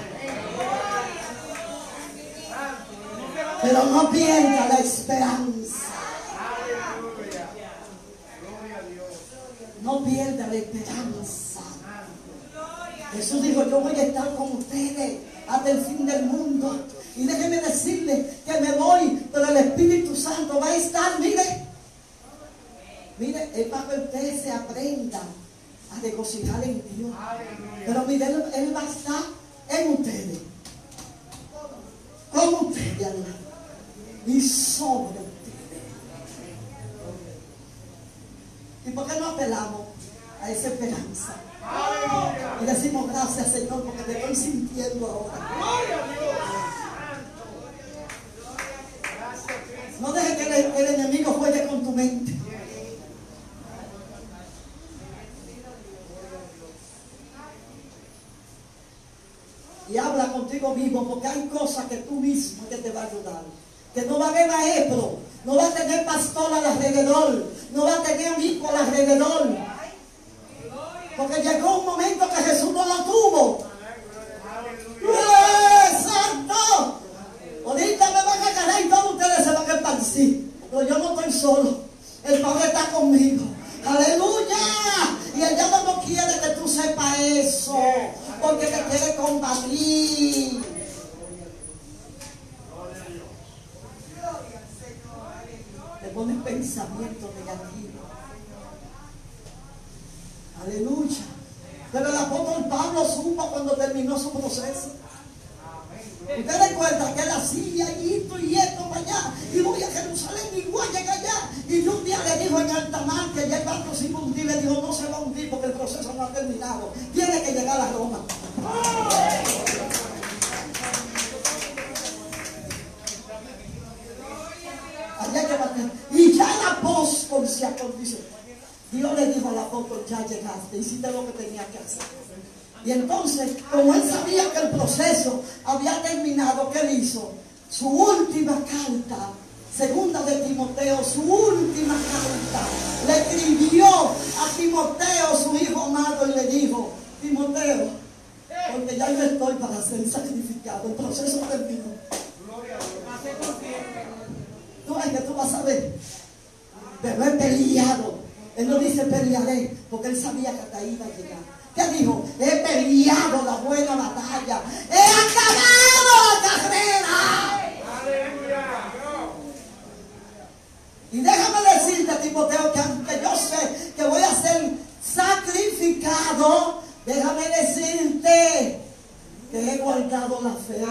Pero no pierda la esperanza. No pierda la esperanza. Jesús dijo: yo voy a estar con ustedes hasta el fin del mundo. Y déjenme decirles que me voy, pero el Espíritu Santo va a estar, mire, es para que ustedes se aprendan a regocijar en Dios. Pero mire, Él va a estar en ustedes, con ustedes, hermano, y sobre ustedes. ¿Y por qué no apelamos a esa esperanza? Y decimos: gracias, Señor, porque te estoy sintiendo ahora. No dejes que el enemigo juegue con tu mente. Y habla contigo enemigo vivo, porque hay cosas que tú mismo que te va a ayudar. Que no va a haber maestro, no va a tener pastor alrededor, no va a tener amigo alrededor. Porque llegó un momento que Jesús no lo tuvo. ¡Santo! Ahorita me van a agarrar y todos ustedes se van a esparcir. Pero yo no estoy solo. El Padre está conmigo. ¡Aleluya! Y el diablo no quiere que tú sepas eso, porque te quiere combatir. Te pone pensamientos negativos. Aleluya. Pero el apóstol Pablo supo cuando terminó su proceso. Usted recuerda que él hacía esto y esto para allá, y voy a Jerusalén y voy a llegar allá. Y un día le dijo en alta mar que ya el barco se iba a hundir. Le dijo: no se va a hundir porque el proceso no ha terminado. Tiene que llegar a Roma. Allá que bater. Y ya el apóstol se acondicionó. Dios le dijo al apóstol: ya llegaste, hiciste lo que tenía que hacer. Y entonces, como él sabía que el proceso había terminado, ¿qué él hizo? Su última carta, segunda de Timoteo, su última carta, le escribió a Timoteo, su hijo amado, y le dijo: Timoteo, porque ya yo estoy para ser sacrificado, el proceso terminó. Tú ves que tú vas a ver, pero he peleado. Él no dice pelearé, porque él sabía que hasta ahí iba a llegar. ¿Qué dijo? He peleado la buena batalla. He acabado la carrera. Y déjame decirte, Timoteo, que aunque yo sé que voy a ser sacrificado, déjame decirte que he guardado la fe.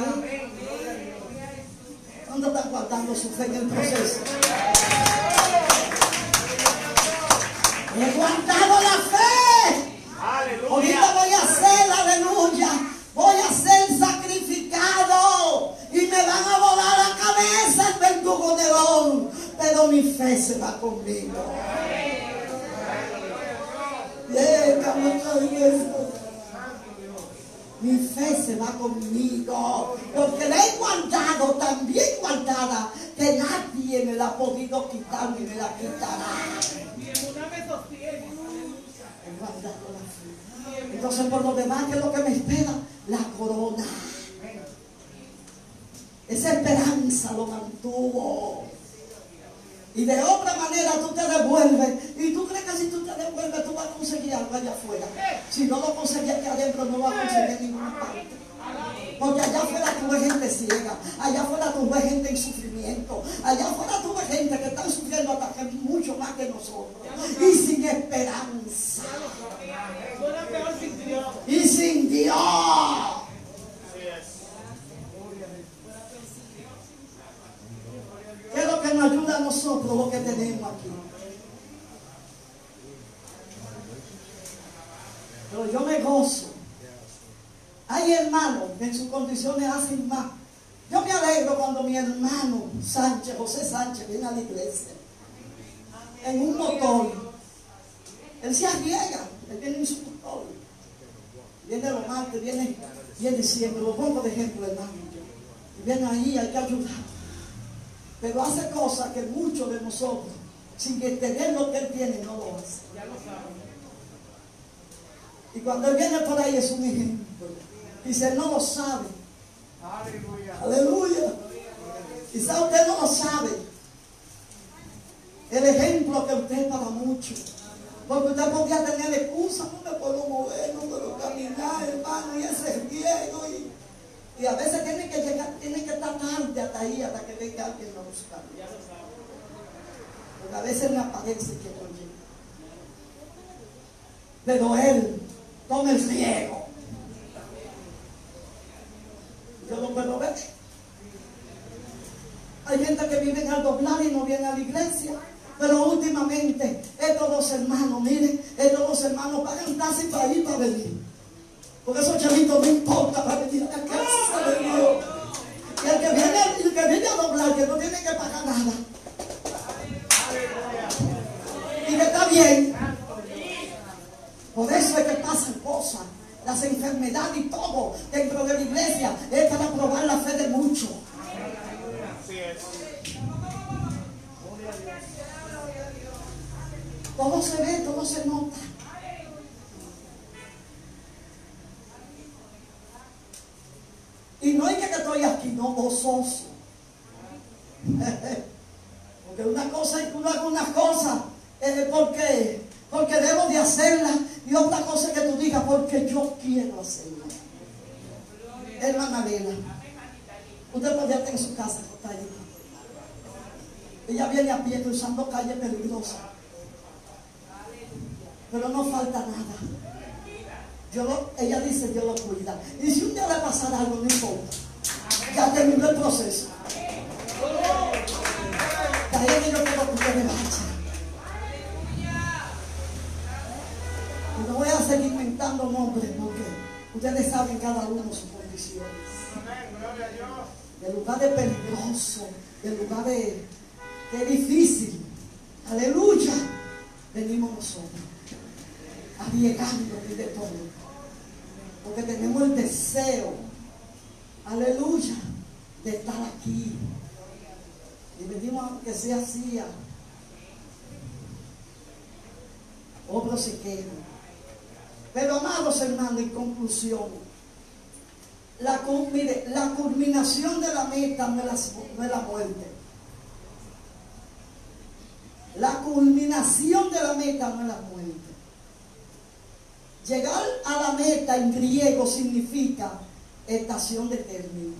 ¿Cuándo están guardando su fe en el proceso? He guardado la fe. Aleluya. Ahorita voy a ser, aleluya, voy a ser sacrificado y me van a volar la cabeza el verdugo Nerón, pero mi fe se va conmigo. Mi fe se va conmigo, porque la he guardado, tan bien guardada, que nadie me la ha podido quitar ni me la quitará. He guardado la fe. Entonces, por lo demás, ¿qué es lo que me espera? La corona. Esa esperanza lo mantuvo. Y de otra manera tú te devuelves. Y tú crees que si tú te devuelves tú vas a conseguir algo allá afuera. Si no lo consigues aquí adentro, no vas a conseguir ninguna parte. Porque allá afuera tú ves gente ciega. Allá afuera tú ves gente en sufrimiento. Allá afuera tú ves gente que están sufriendo hasta que mucho más que nosotros. Y sin esperanza. Y sin Dios. ¿Qué es lo que nos ayuda a nosotros, lo que tenemos aquí? Pero yo me gozo. Hay hermanos que en sus condiciones hacen más. Yo me alegro cuando mi hermano Sánchez, José Sánchez, viene a la iglesia en un motor. Él se arriesga, él viene en su motor. Viene los martes, viene siempre, lo pongo de ejemplo, hermano. Y viene ahí, hay que ayudar. Pero hace cosas que muchos de nosotros, sin que tener lo que él tiene, no lo hace. Y cuando él viene por ahí es un ejemplo. Dice: no lo sabe. Aleluya. Quizá usted no lo sabe. El ejemplo que usted es para muchos. Porque usted podría tener excusas: no me puedo mover, no puedo caminar, hermano, y ese riesgo. Y a veces tiene que llegar, tiene que estar tarde hasta ahí, hasta que venga alguien a buscarlo. Porque a veces me aparece que no llega. Pero él toma el riesgo. Yo lo puedo ver. Hay gente que vive al doblar y no viene a la iglesia. Pero últimamente, estos dos hermanos, miren, estos dos hermanos pagan taxi para ir para venir. Porque esos chavitos no importa para venir a la casa de Dios. Y el que viene a doblar, que no tiene que pagar nada. Y que está bien. Por eso es que pasan cosas. las enfermedades y todo dentro de la iglesia es para probar la fe de muchos. Así es. Todo se ve, todo se nota. Y no es que estoy aquí, no, gozoso. Porque una cosa es que uno haga unas cosas porque debo de hacerlas, y otra cosa es que tú digas porque yo quiero hacerlas. Hermana Lela, usted podría estar en su casa, está ahí. Ella viene a pie cruzando calles peligrosas, pero no falta nada. Ella dice Dios lo cuida. Y si un día le pasara algo, no importa, ya terminó el proceso. De ahí que yo quiero que usted me vaya. Y no voy a seguir inventando nombres porque ustedes saben cada uno sus condiciones. Del lugar de peligroso, del lugar de difícil, aleluya, venimos nosotros, arriesgando y de todo, porque tenemos el deseo, aleluya, de estar aquí. Y venimos aunque sea así, otros se quedan. Pero amados hermanos, en conclusión, la culminación de la meta no es la muerte. La culminación de la meta no es la muerte. Llegar a la meta en griego significa estación de término.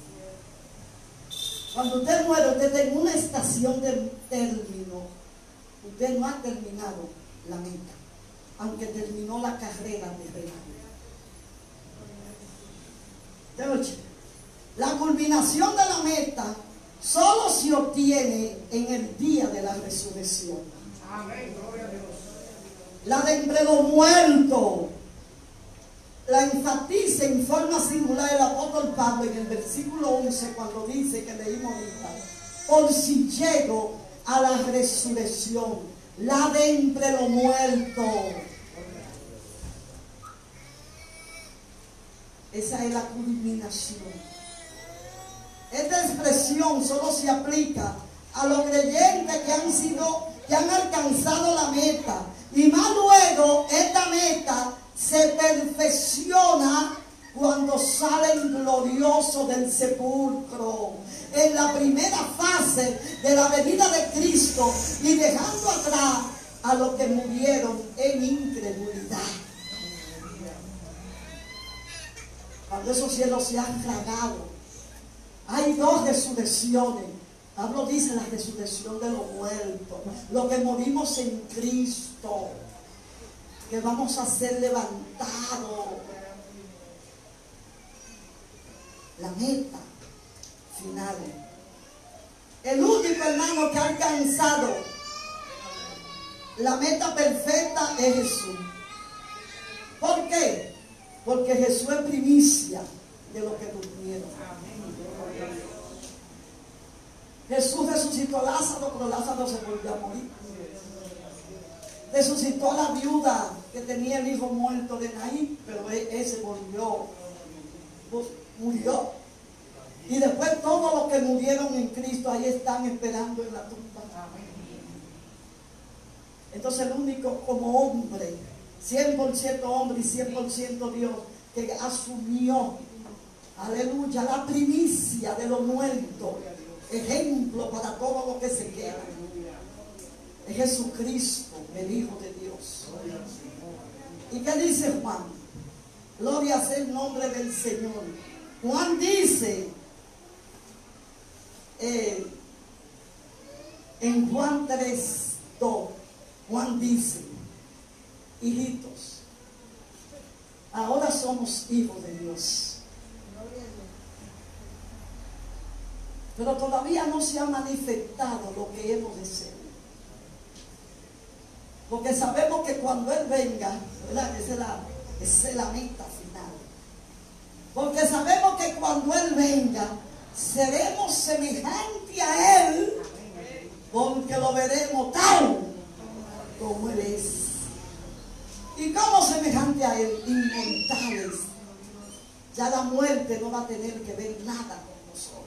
Cuando usted muere, usted está en una estación de término. Usted no ha terminado la meta, aunque terminó la carrera terrenal. La culminación de la meta solo se obtiene en el día de la resurrección. Amén, gloria a Dios. La de entre los muertos la enfatiza en forma singular el apóstol Pablo en el versículo 11, cuando dice que leímos ahorita: por si llego a la resurrección, la de entre los muertos. Esa es la culminación. Esta expresión solo se aplica a los creyentes que han alcanzado la meta. Y más luego, esta meta se perfecciona cuando salen gloriosos del sepulcro. En la primera fase de la venida de Cristo y dejando atrás a los que murieron en incredulidad. Cuando esos cielos se han tragado, hay dos resurrecciones. Pablo dice la resurrección de los muertos, los que morimos en Cristo, que vamos a ser levantados. La meta final. El único hermano que ha alcanzado la meta perfecta es Jesús. ¿Por qué? Porque Jesús es primicia de los que durmieron. Jesús resucitó a Lázaro, pero Lázaro se volvió a morir. Resucitó a la viuda que tenía el hijo muerto de Naín, pero ese murió. Y después todos los que murieron en Cristo ahí están esperando en la tumba. Entonces el único como hombre, 100% hombre y 100% Dios, que asumió, aleluya, la primicia de los muertos, ejemplo para todos los que se quedan, es Jesucristo, el Hijo de Dios. ¿Y qué dice Juan? Gloria sea el nombre del Señor. Juan dice, en Juan 3:2, Juan dice: hijitos, ahora somos hijos de Dios, pero todavía no se ha manifestado lo que hemos de ser. Porque sabemos que cuando Él venga, ¿verdad? Esa es la meta final. Porque sabemos que cuando Él venga, seremos semejantes a Él, porque lo veremos tal como Él es. Y como semejante a Él, inmortales. Ya la muerte no va a tener que ver nada con nosotros.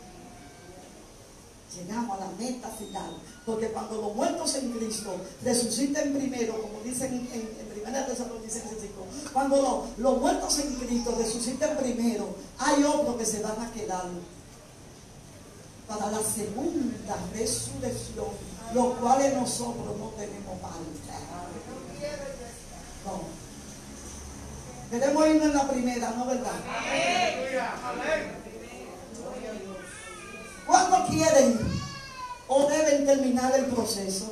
Llegamos a la meta final. Porque cuando los muertos en Cristo resuciten primero, como dicen en 1 Tesalonicenses 5, cuando los muertos en Cristo resuciten primero, hay otros que se van a quedar para la segunda resurrección, los cuales nosotros no tenemos parte. No. Queremos irnos en la primera, ¿no verdad? ¿Cuándo quieren o deben terminar el proceso?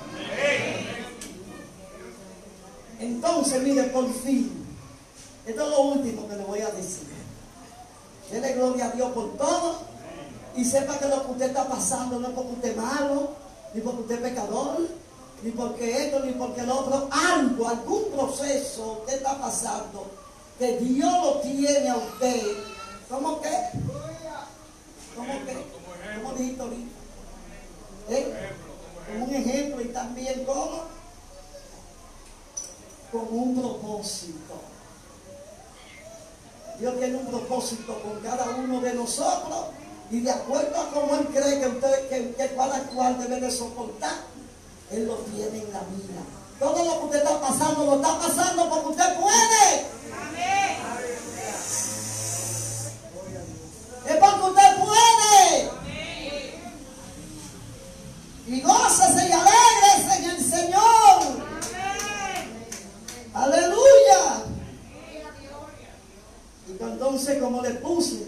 Entonces, mire, por fin, esto es lo último que le voy a decir. Dele gloria a Dios por todo y sepa que lo que usted está pasando no es porque usted es malo, ni porque usted es pecador, ni porque esto, ni porque el otro. Algún proceso que está pasando, que Dios lo tiene a usted. ¿Cómo qué? ¿Cómo qué? ¿Cómo dijiste ahorita? Como un ejemplo y también como un propósito. Dios tiene un propósito con cada uno de nosotros y de acuerdo a cómo Él cree que cada cual debe de soportar, Él lo tiene en la vida. Todo lo que usted está pasando, lo está pasando porque usted puede. Amén. Es porque usted puede. Amén. Y gócese y alégrese en el Señor. Amén. Aleluya. Y entonces, como le puse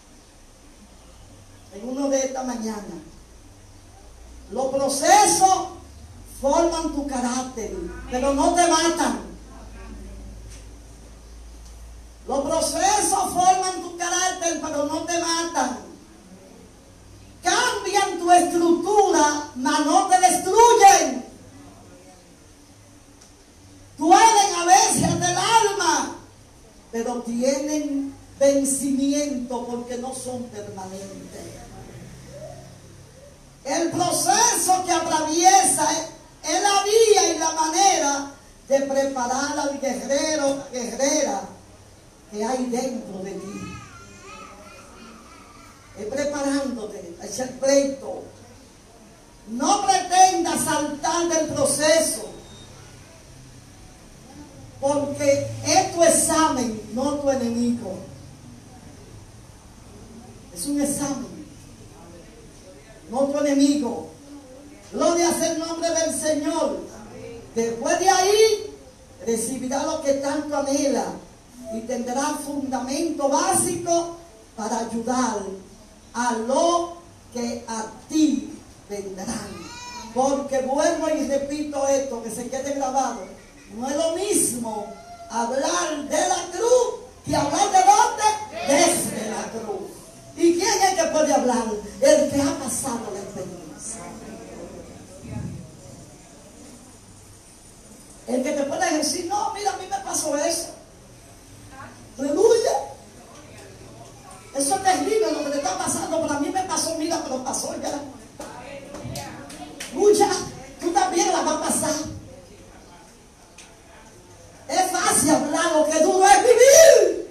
en uno de esta mañana, los procesos forman tu carácter, pero no te matan. Los procesos forman tu carácter, pero no te matan. Cambian tu estructura, mas no te destruyen. Duelen a veces del alma, pero tienen vencimiento porque no son permanentes. El proceso que atraviesa es la vía y la manera de preparar al guerrero, guerrera que hay dentro de ti. Es preparándote a echar pleito. No pretendas saltar del proceso, porque es tu examen, no tu enemigo. Es un examen, no tu enemigo. Gloria sea el nombre del Señor. Después de ahí, recibirá lo que tanto anhela y tendrá fundamento básico para ayudar a lo que a ti vendrán. Porque vuelvo y repito esto, que se quede grabado. No es lo mismo hablar de la cruz que hablar de dónde, desde la cruz. ¿Y quién es que puede hablar? El que ha pasado la experiencia. El que te puede decir, no, mira, a mí me pasó eso. Aleluya. Eso es terrible lo que te está pasando, pero a mí me pasó, mira, pero pasó ya. Escucha, tú también la vas a pasar. Es fácil hablar, lo que duro es vivir.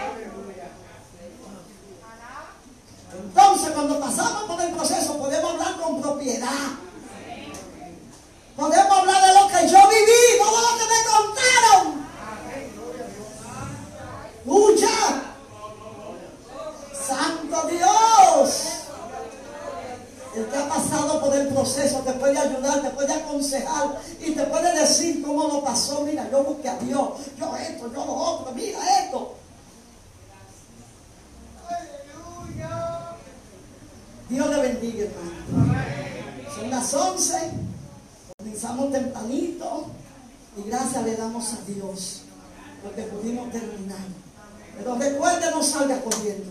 Entonces, cuando pasamos por el proceso, podemos hablar con propiedad. Podemos hablar de lo que yo viví, no de lo que me contaron. Escucha. Santo Dios. El que ha pasado por el proceso te puede ayudar, te puede aconsejar y te puede decir cómo lo pasó. Mira, yo busqué a Dios, yo esto, yo lo otro, mira esto. Dios le bendiga, hermano. Son las 11, comenzamos tempranito y gracias le damos a Dios porque pudimos terminar. Pero recuerde, no salga corriendo.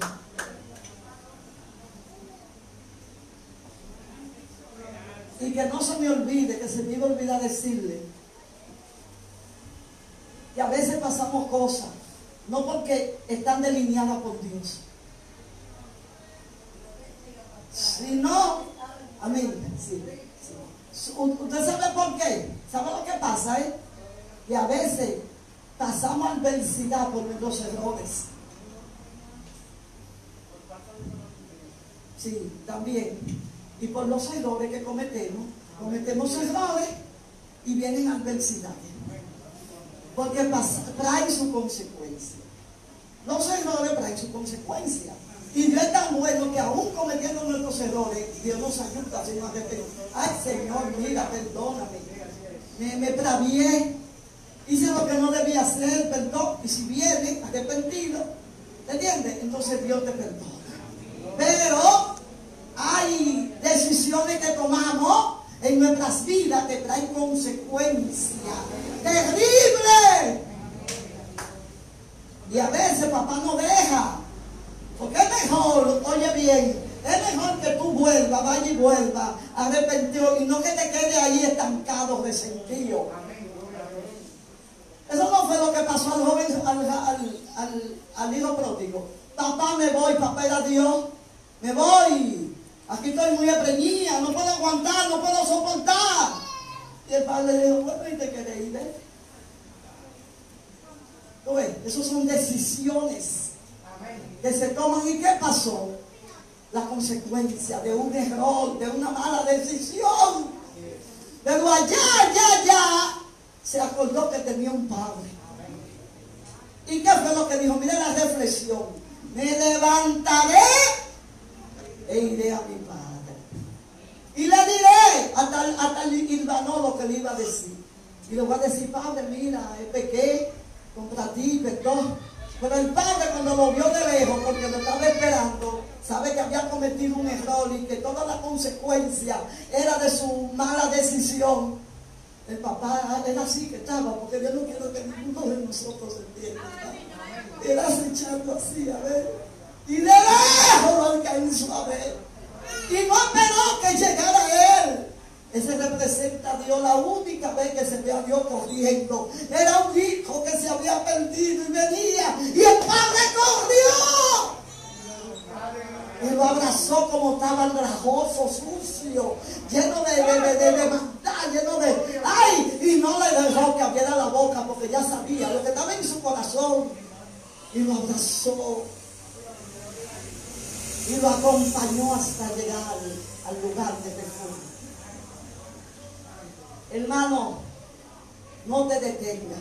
Y que no se me olvide, que se me iba a olvidar decirle que a veces pasamos cosas, no porque están delineadas por Dios, sino, amén, sí. ¿Usted sabe por qué? ¿Sabe lo que pasa? Y a veces pasamos adversidad por nuestros errores. Sí, también. Y por los errores que cometemos errores y vienen adversidades. Porque traen su consecuencia. Los errores traen su consecuencia. Y Dios es tan bueno que aún cometiendo nuestros errores, Dios nos ayuda, Señor, a repetir. Ay, Señor, mira, perdóname. Me bravié. Hice lo que no debía hacer, perdón. Y si viene arrepentido, ¿entiendes? Entonces Dios te perdona. Pero hay decisiones que tomamos en nuestras vidas que traen consecuencias terribles. Y a veces papá no deja. Porque es mejor, oye bien, es mejor que tú vuelvas, vaya y vuelvas, arrepentido, y no que te quede ahí estancado, resentido. Eso no fue lo que pasó al joven, al hijo pródigo. Papá, me voy, papá era Dios, me voy. Aquí estoy muy estreñida, no puedo aguantar, no puedo soportar. Y el padre le dijo, bueno, ¿y te querés ir? Vete. ¿Tú ves? Esas son decisiones que se toman. ¿Y qué pasó? La consecuencia de un error, de una mala decisión. Pero allá se acordó que tenía un padre. ¿Y qué fue lo que dijo? Mire la reflexión. Me levantaré e iré a mi padre. Y le diré, hasta el hilvanó lo que le iba a decir. Y le voy a decir, padre, mira, pequé contra ti, perdón. Pero el padre, cuando lo vio de lejos, porque lo estaba esperando, sabe que había cometido un error y que toda la consecuencia era de su mala decisión. El papá era así que estaba, porque yo no quiero que ninguno de nosotros entienda. Era acechando así, a ver. Y de lejos lo alcanzó a ver. Y no esperó que llegara él. Ese representa a Dios. La única vez que se ve a Dios corriendo era un hijo que se había perdido y venía. Y el padre corrió. Él lo abrazó como estaba andrajoso, sucio, lleno de maldad, lleno de... ¡Ay! Y no le dejó que abriera la boca porque ya sabía lo que estaba en su corazón. Y lo abrazó. Y lo acompañó hasta llegar al lugar de refugio. Hermano, no te detengas.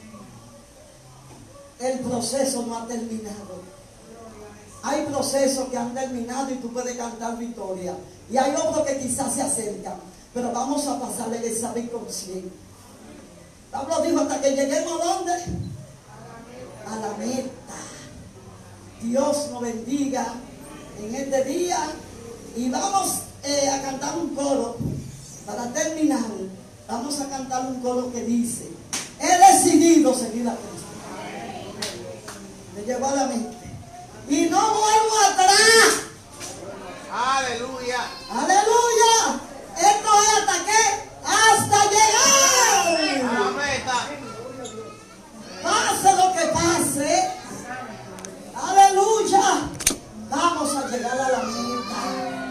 El proceso no ha terminado. Hay procesos que han terminado y tú puedes cantar victoria. Y hay otros que quizás se acercan. Pero vamos a pasarle el examen consciente. Pablo dijo, hasta que lleguemos ¿a dónde? A la meta. Dios nos bendiga en este día. Y vamos a cantar un coro. Para terminar, vamos a cantar un coro que dice, he decidido seguir a Cristo. Me llegó a la mente. Y no vuelvo atrás. Aleluya. Aleluya. Esto es hasta qué? Hasta llegar A la meta. pase lo que pase. Aleluya. Vamos a llegar a la meta.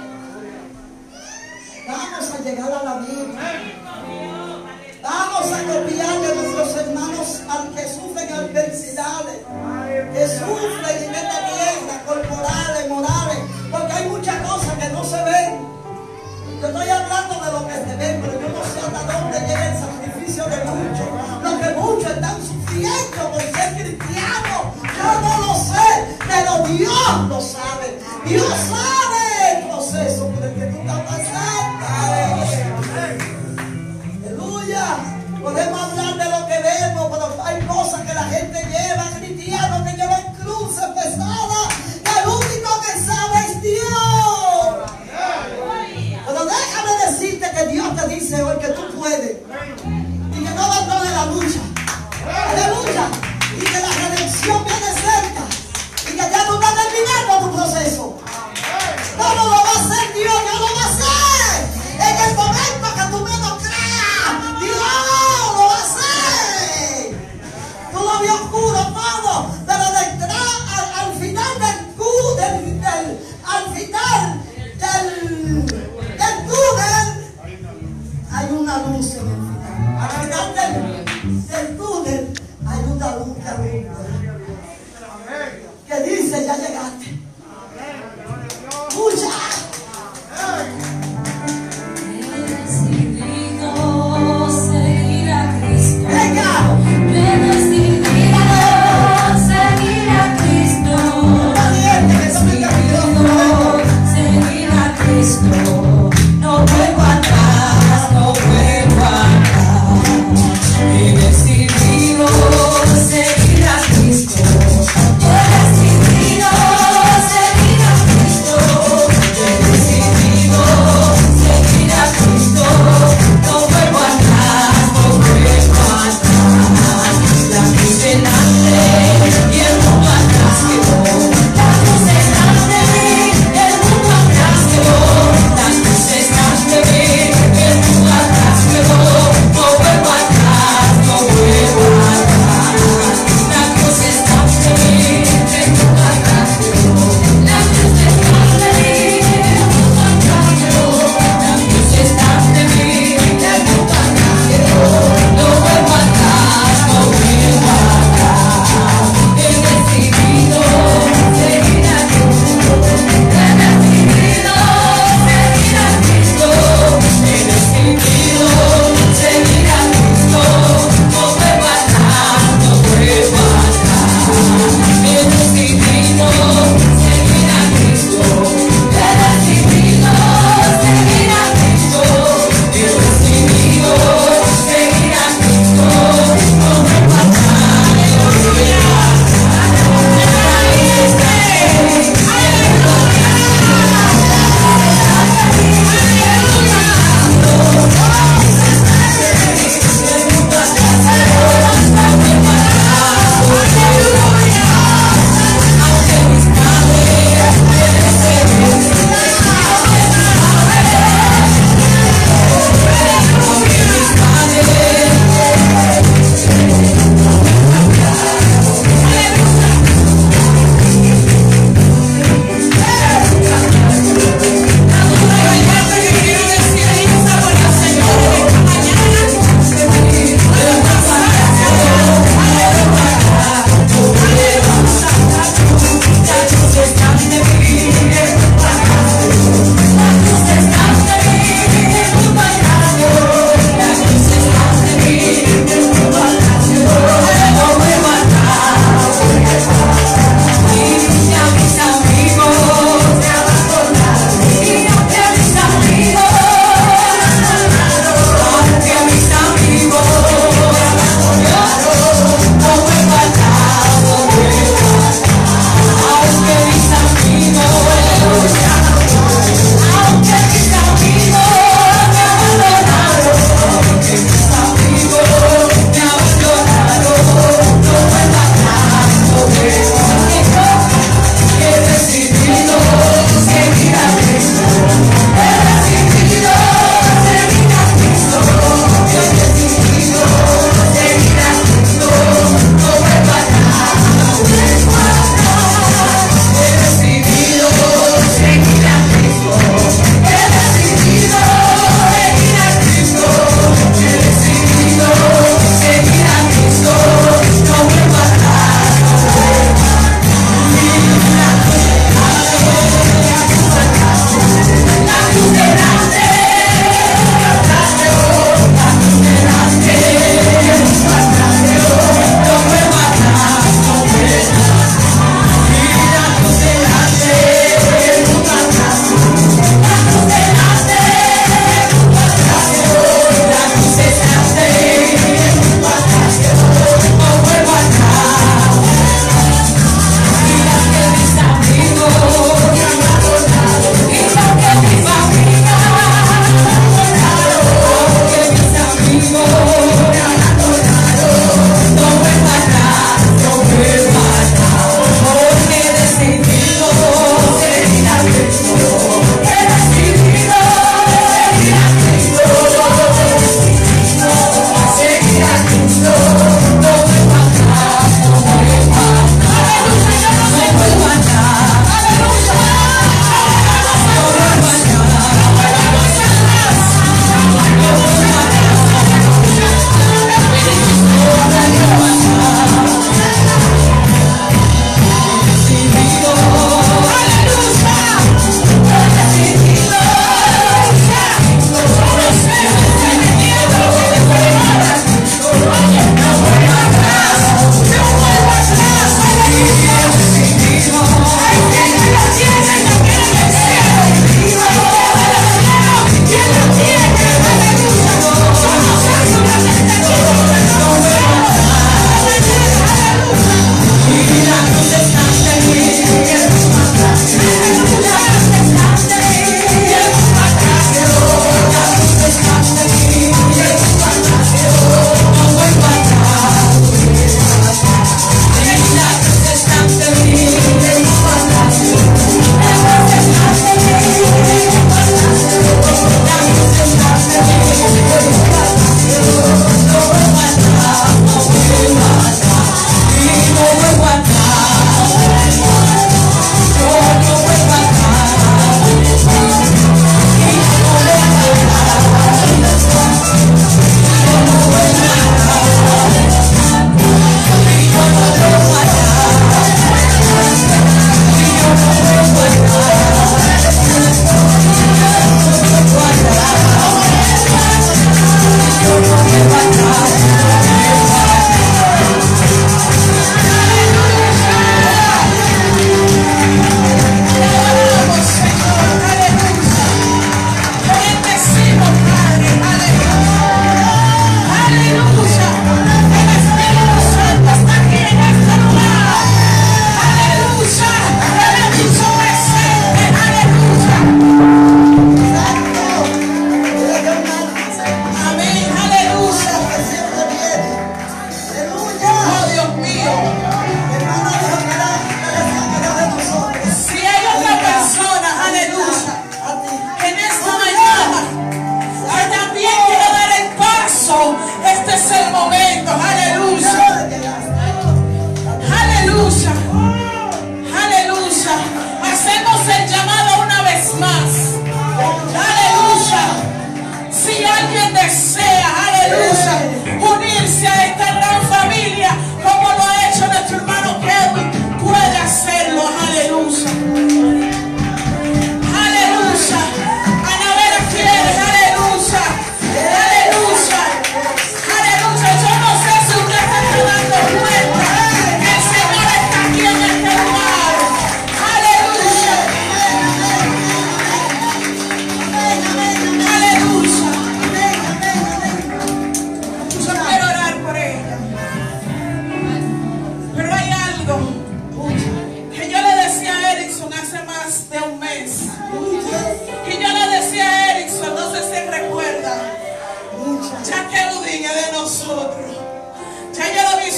Vamos a llegar a la meta. Vamos a copiar de nuestros hermanos que sufren adversidades, que sufren en esta tierra, corporales, morales, porque hay muchas cosas que no se ven. Yo estoy hablando de lo que se ve, pero yo no sé hasta dónde llega el sacrificio de muchos. Lo que muchos están sufriendo por ser cristianos, yo no lo sé, pero Dios lo sabe. Dios sabe el proceso por el que tú estás pasando. Aleluya. Podemos hablar de lo que vemos, pero hay cosas que la gente lleva, cristianos que llevan cruces pesadas, que nunca Cristo, no vuelvo atrás, no vuelvo atrás. He decidido seguir a Cristo. He decidido seguir a Cristo. He decidido seguir a Cristo. No vuelvo atrás, no vuelvo atrás. La cruz delante y el mundo atrás quedó. La cruz delante y el mundo atrás quedó.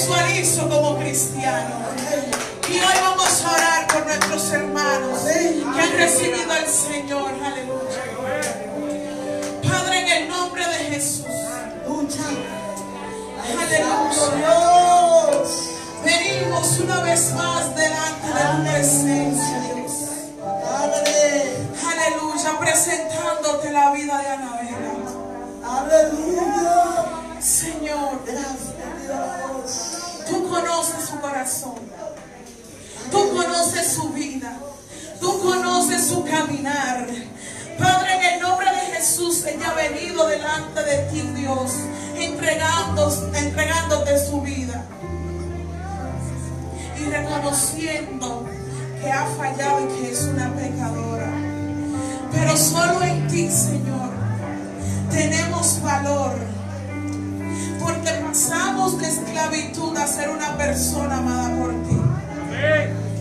visualizo como cristiano. Y hoy vamos a orar por nuestros hermanos que han recibido al Señor. Aleluya. Padre, en el nombre de Jesús. Aleluya. Venimos una vez más delante de tu presencia, Dios. Aleluya. Presentándote la vida de Anabela. Aleluya. Señor, Gracias, Dios. tú conoces su corazón. Tú conoces su vida. Tú conoces su caminar. Padre, en el nombre de Jesús, ella ha venido delante de ti, Dios, entregándote su vida y reconociendo que ha fallado y que es una pecadora. Pero solo en ti, Señor, tenemos valor, porque pasamos de esclavitud a ser una persona amada por ti.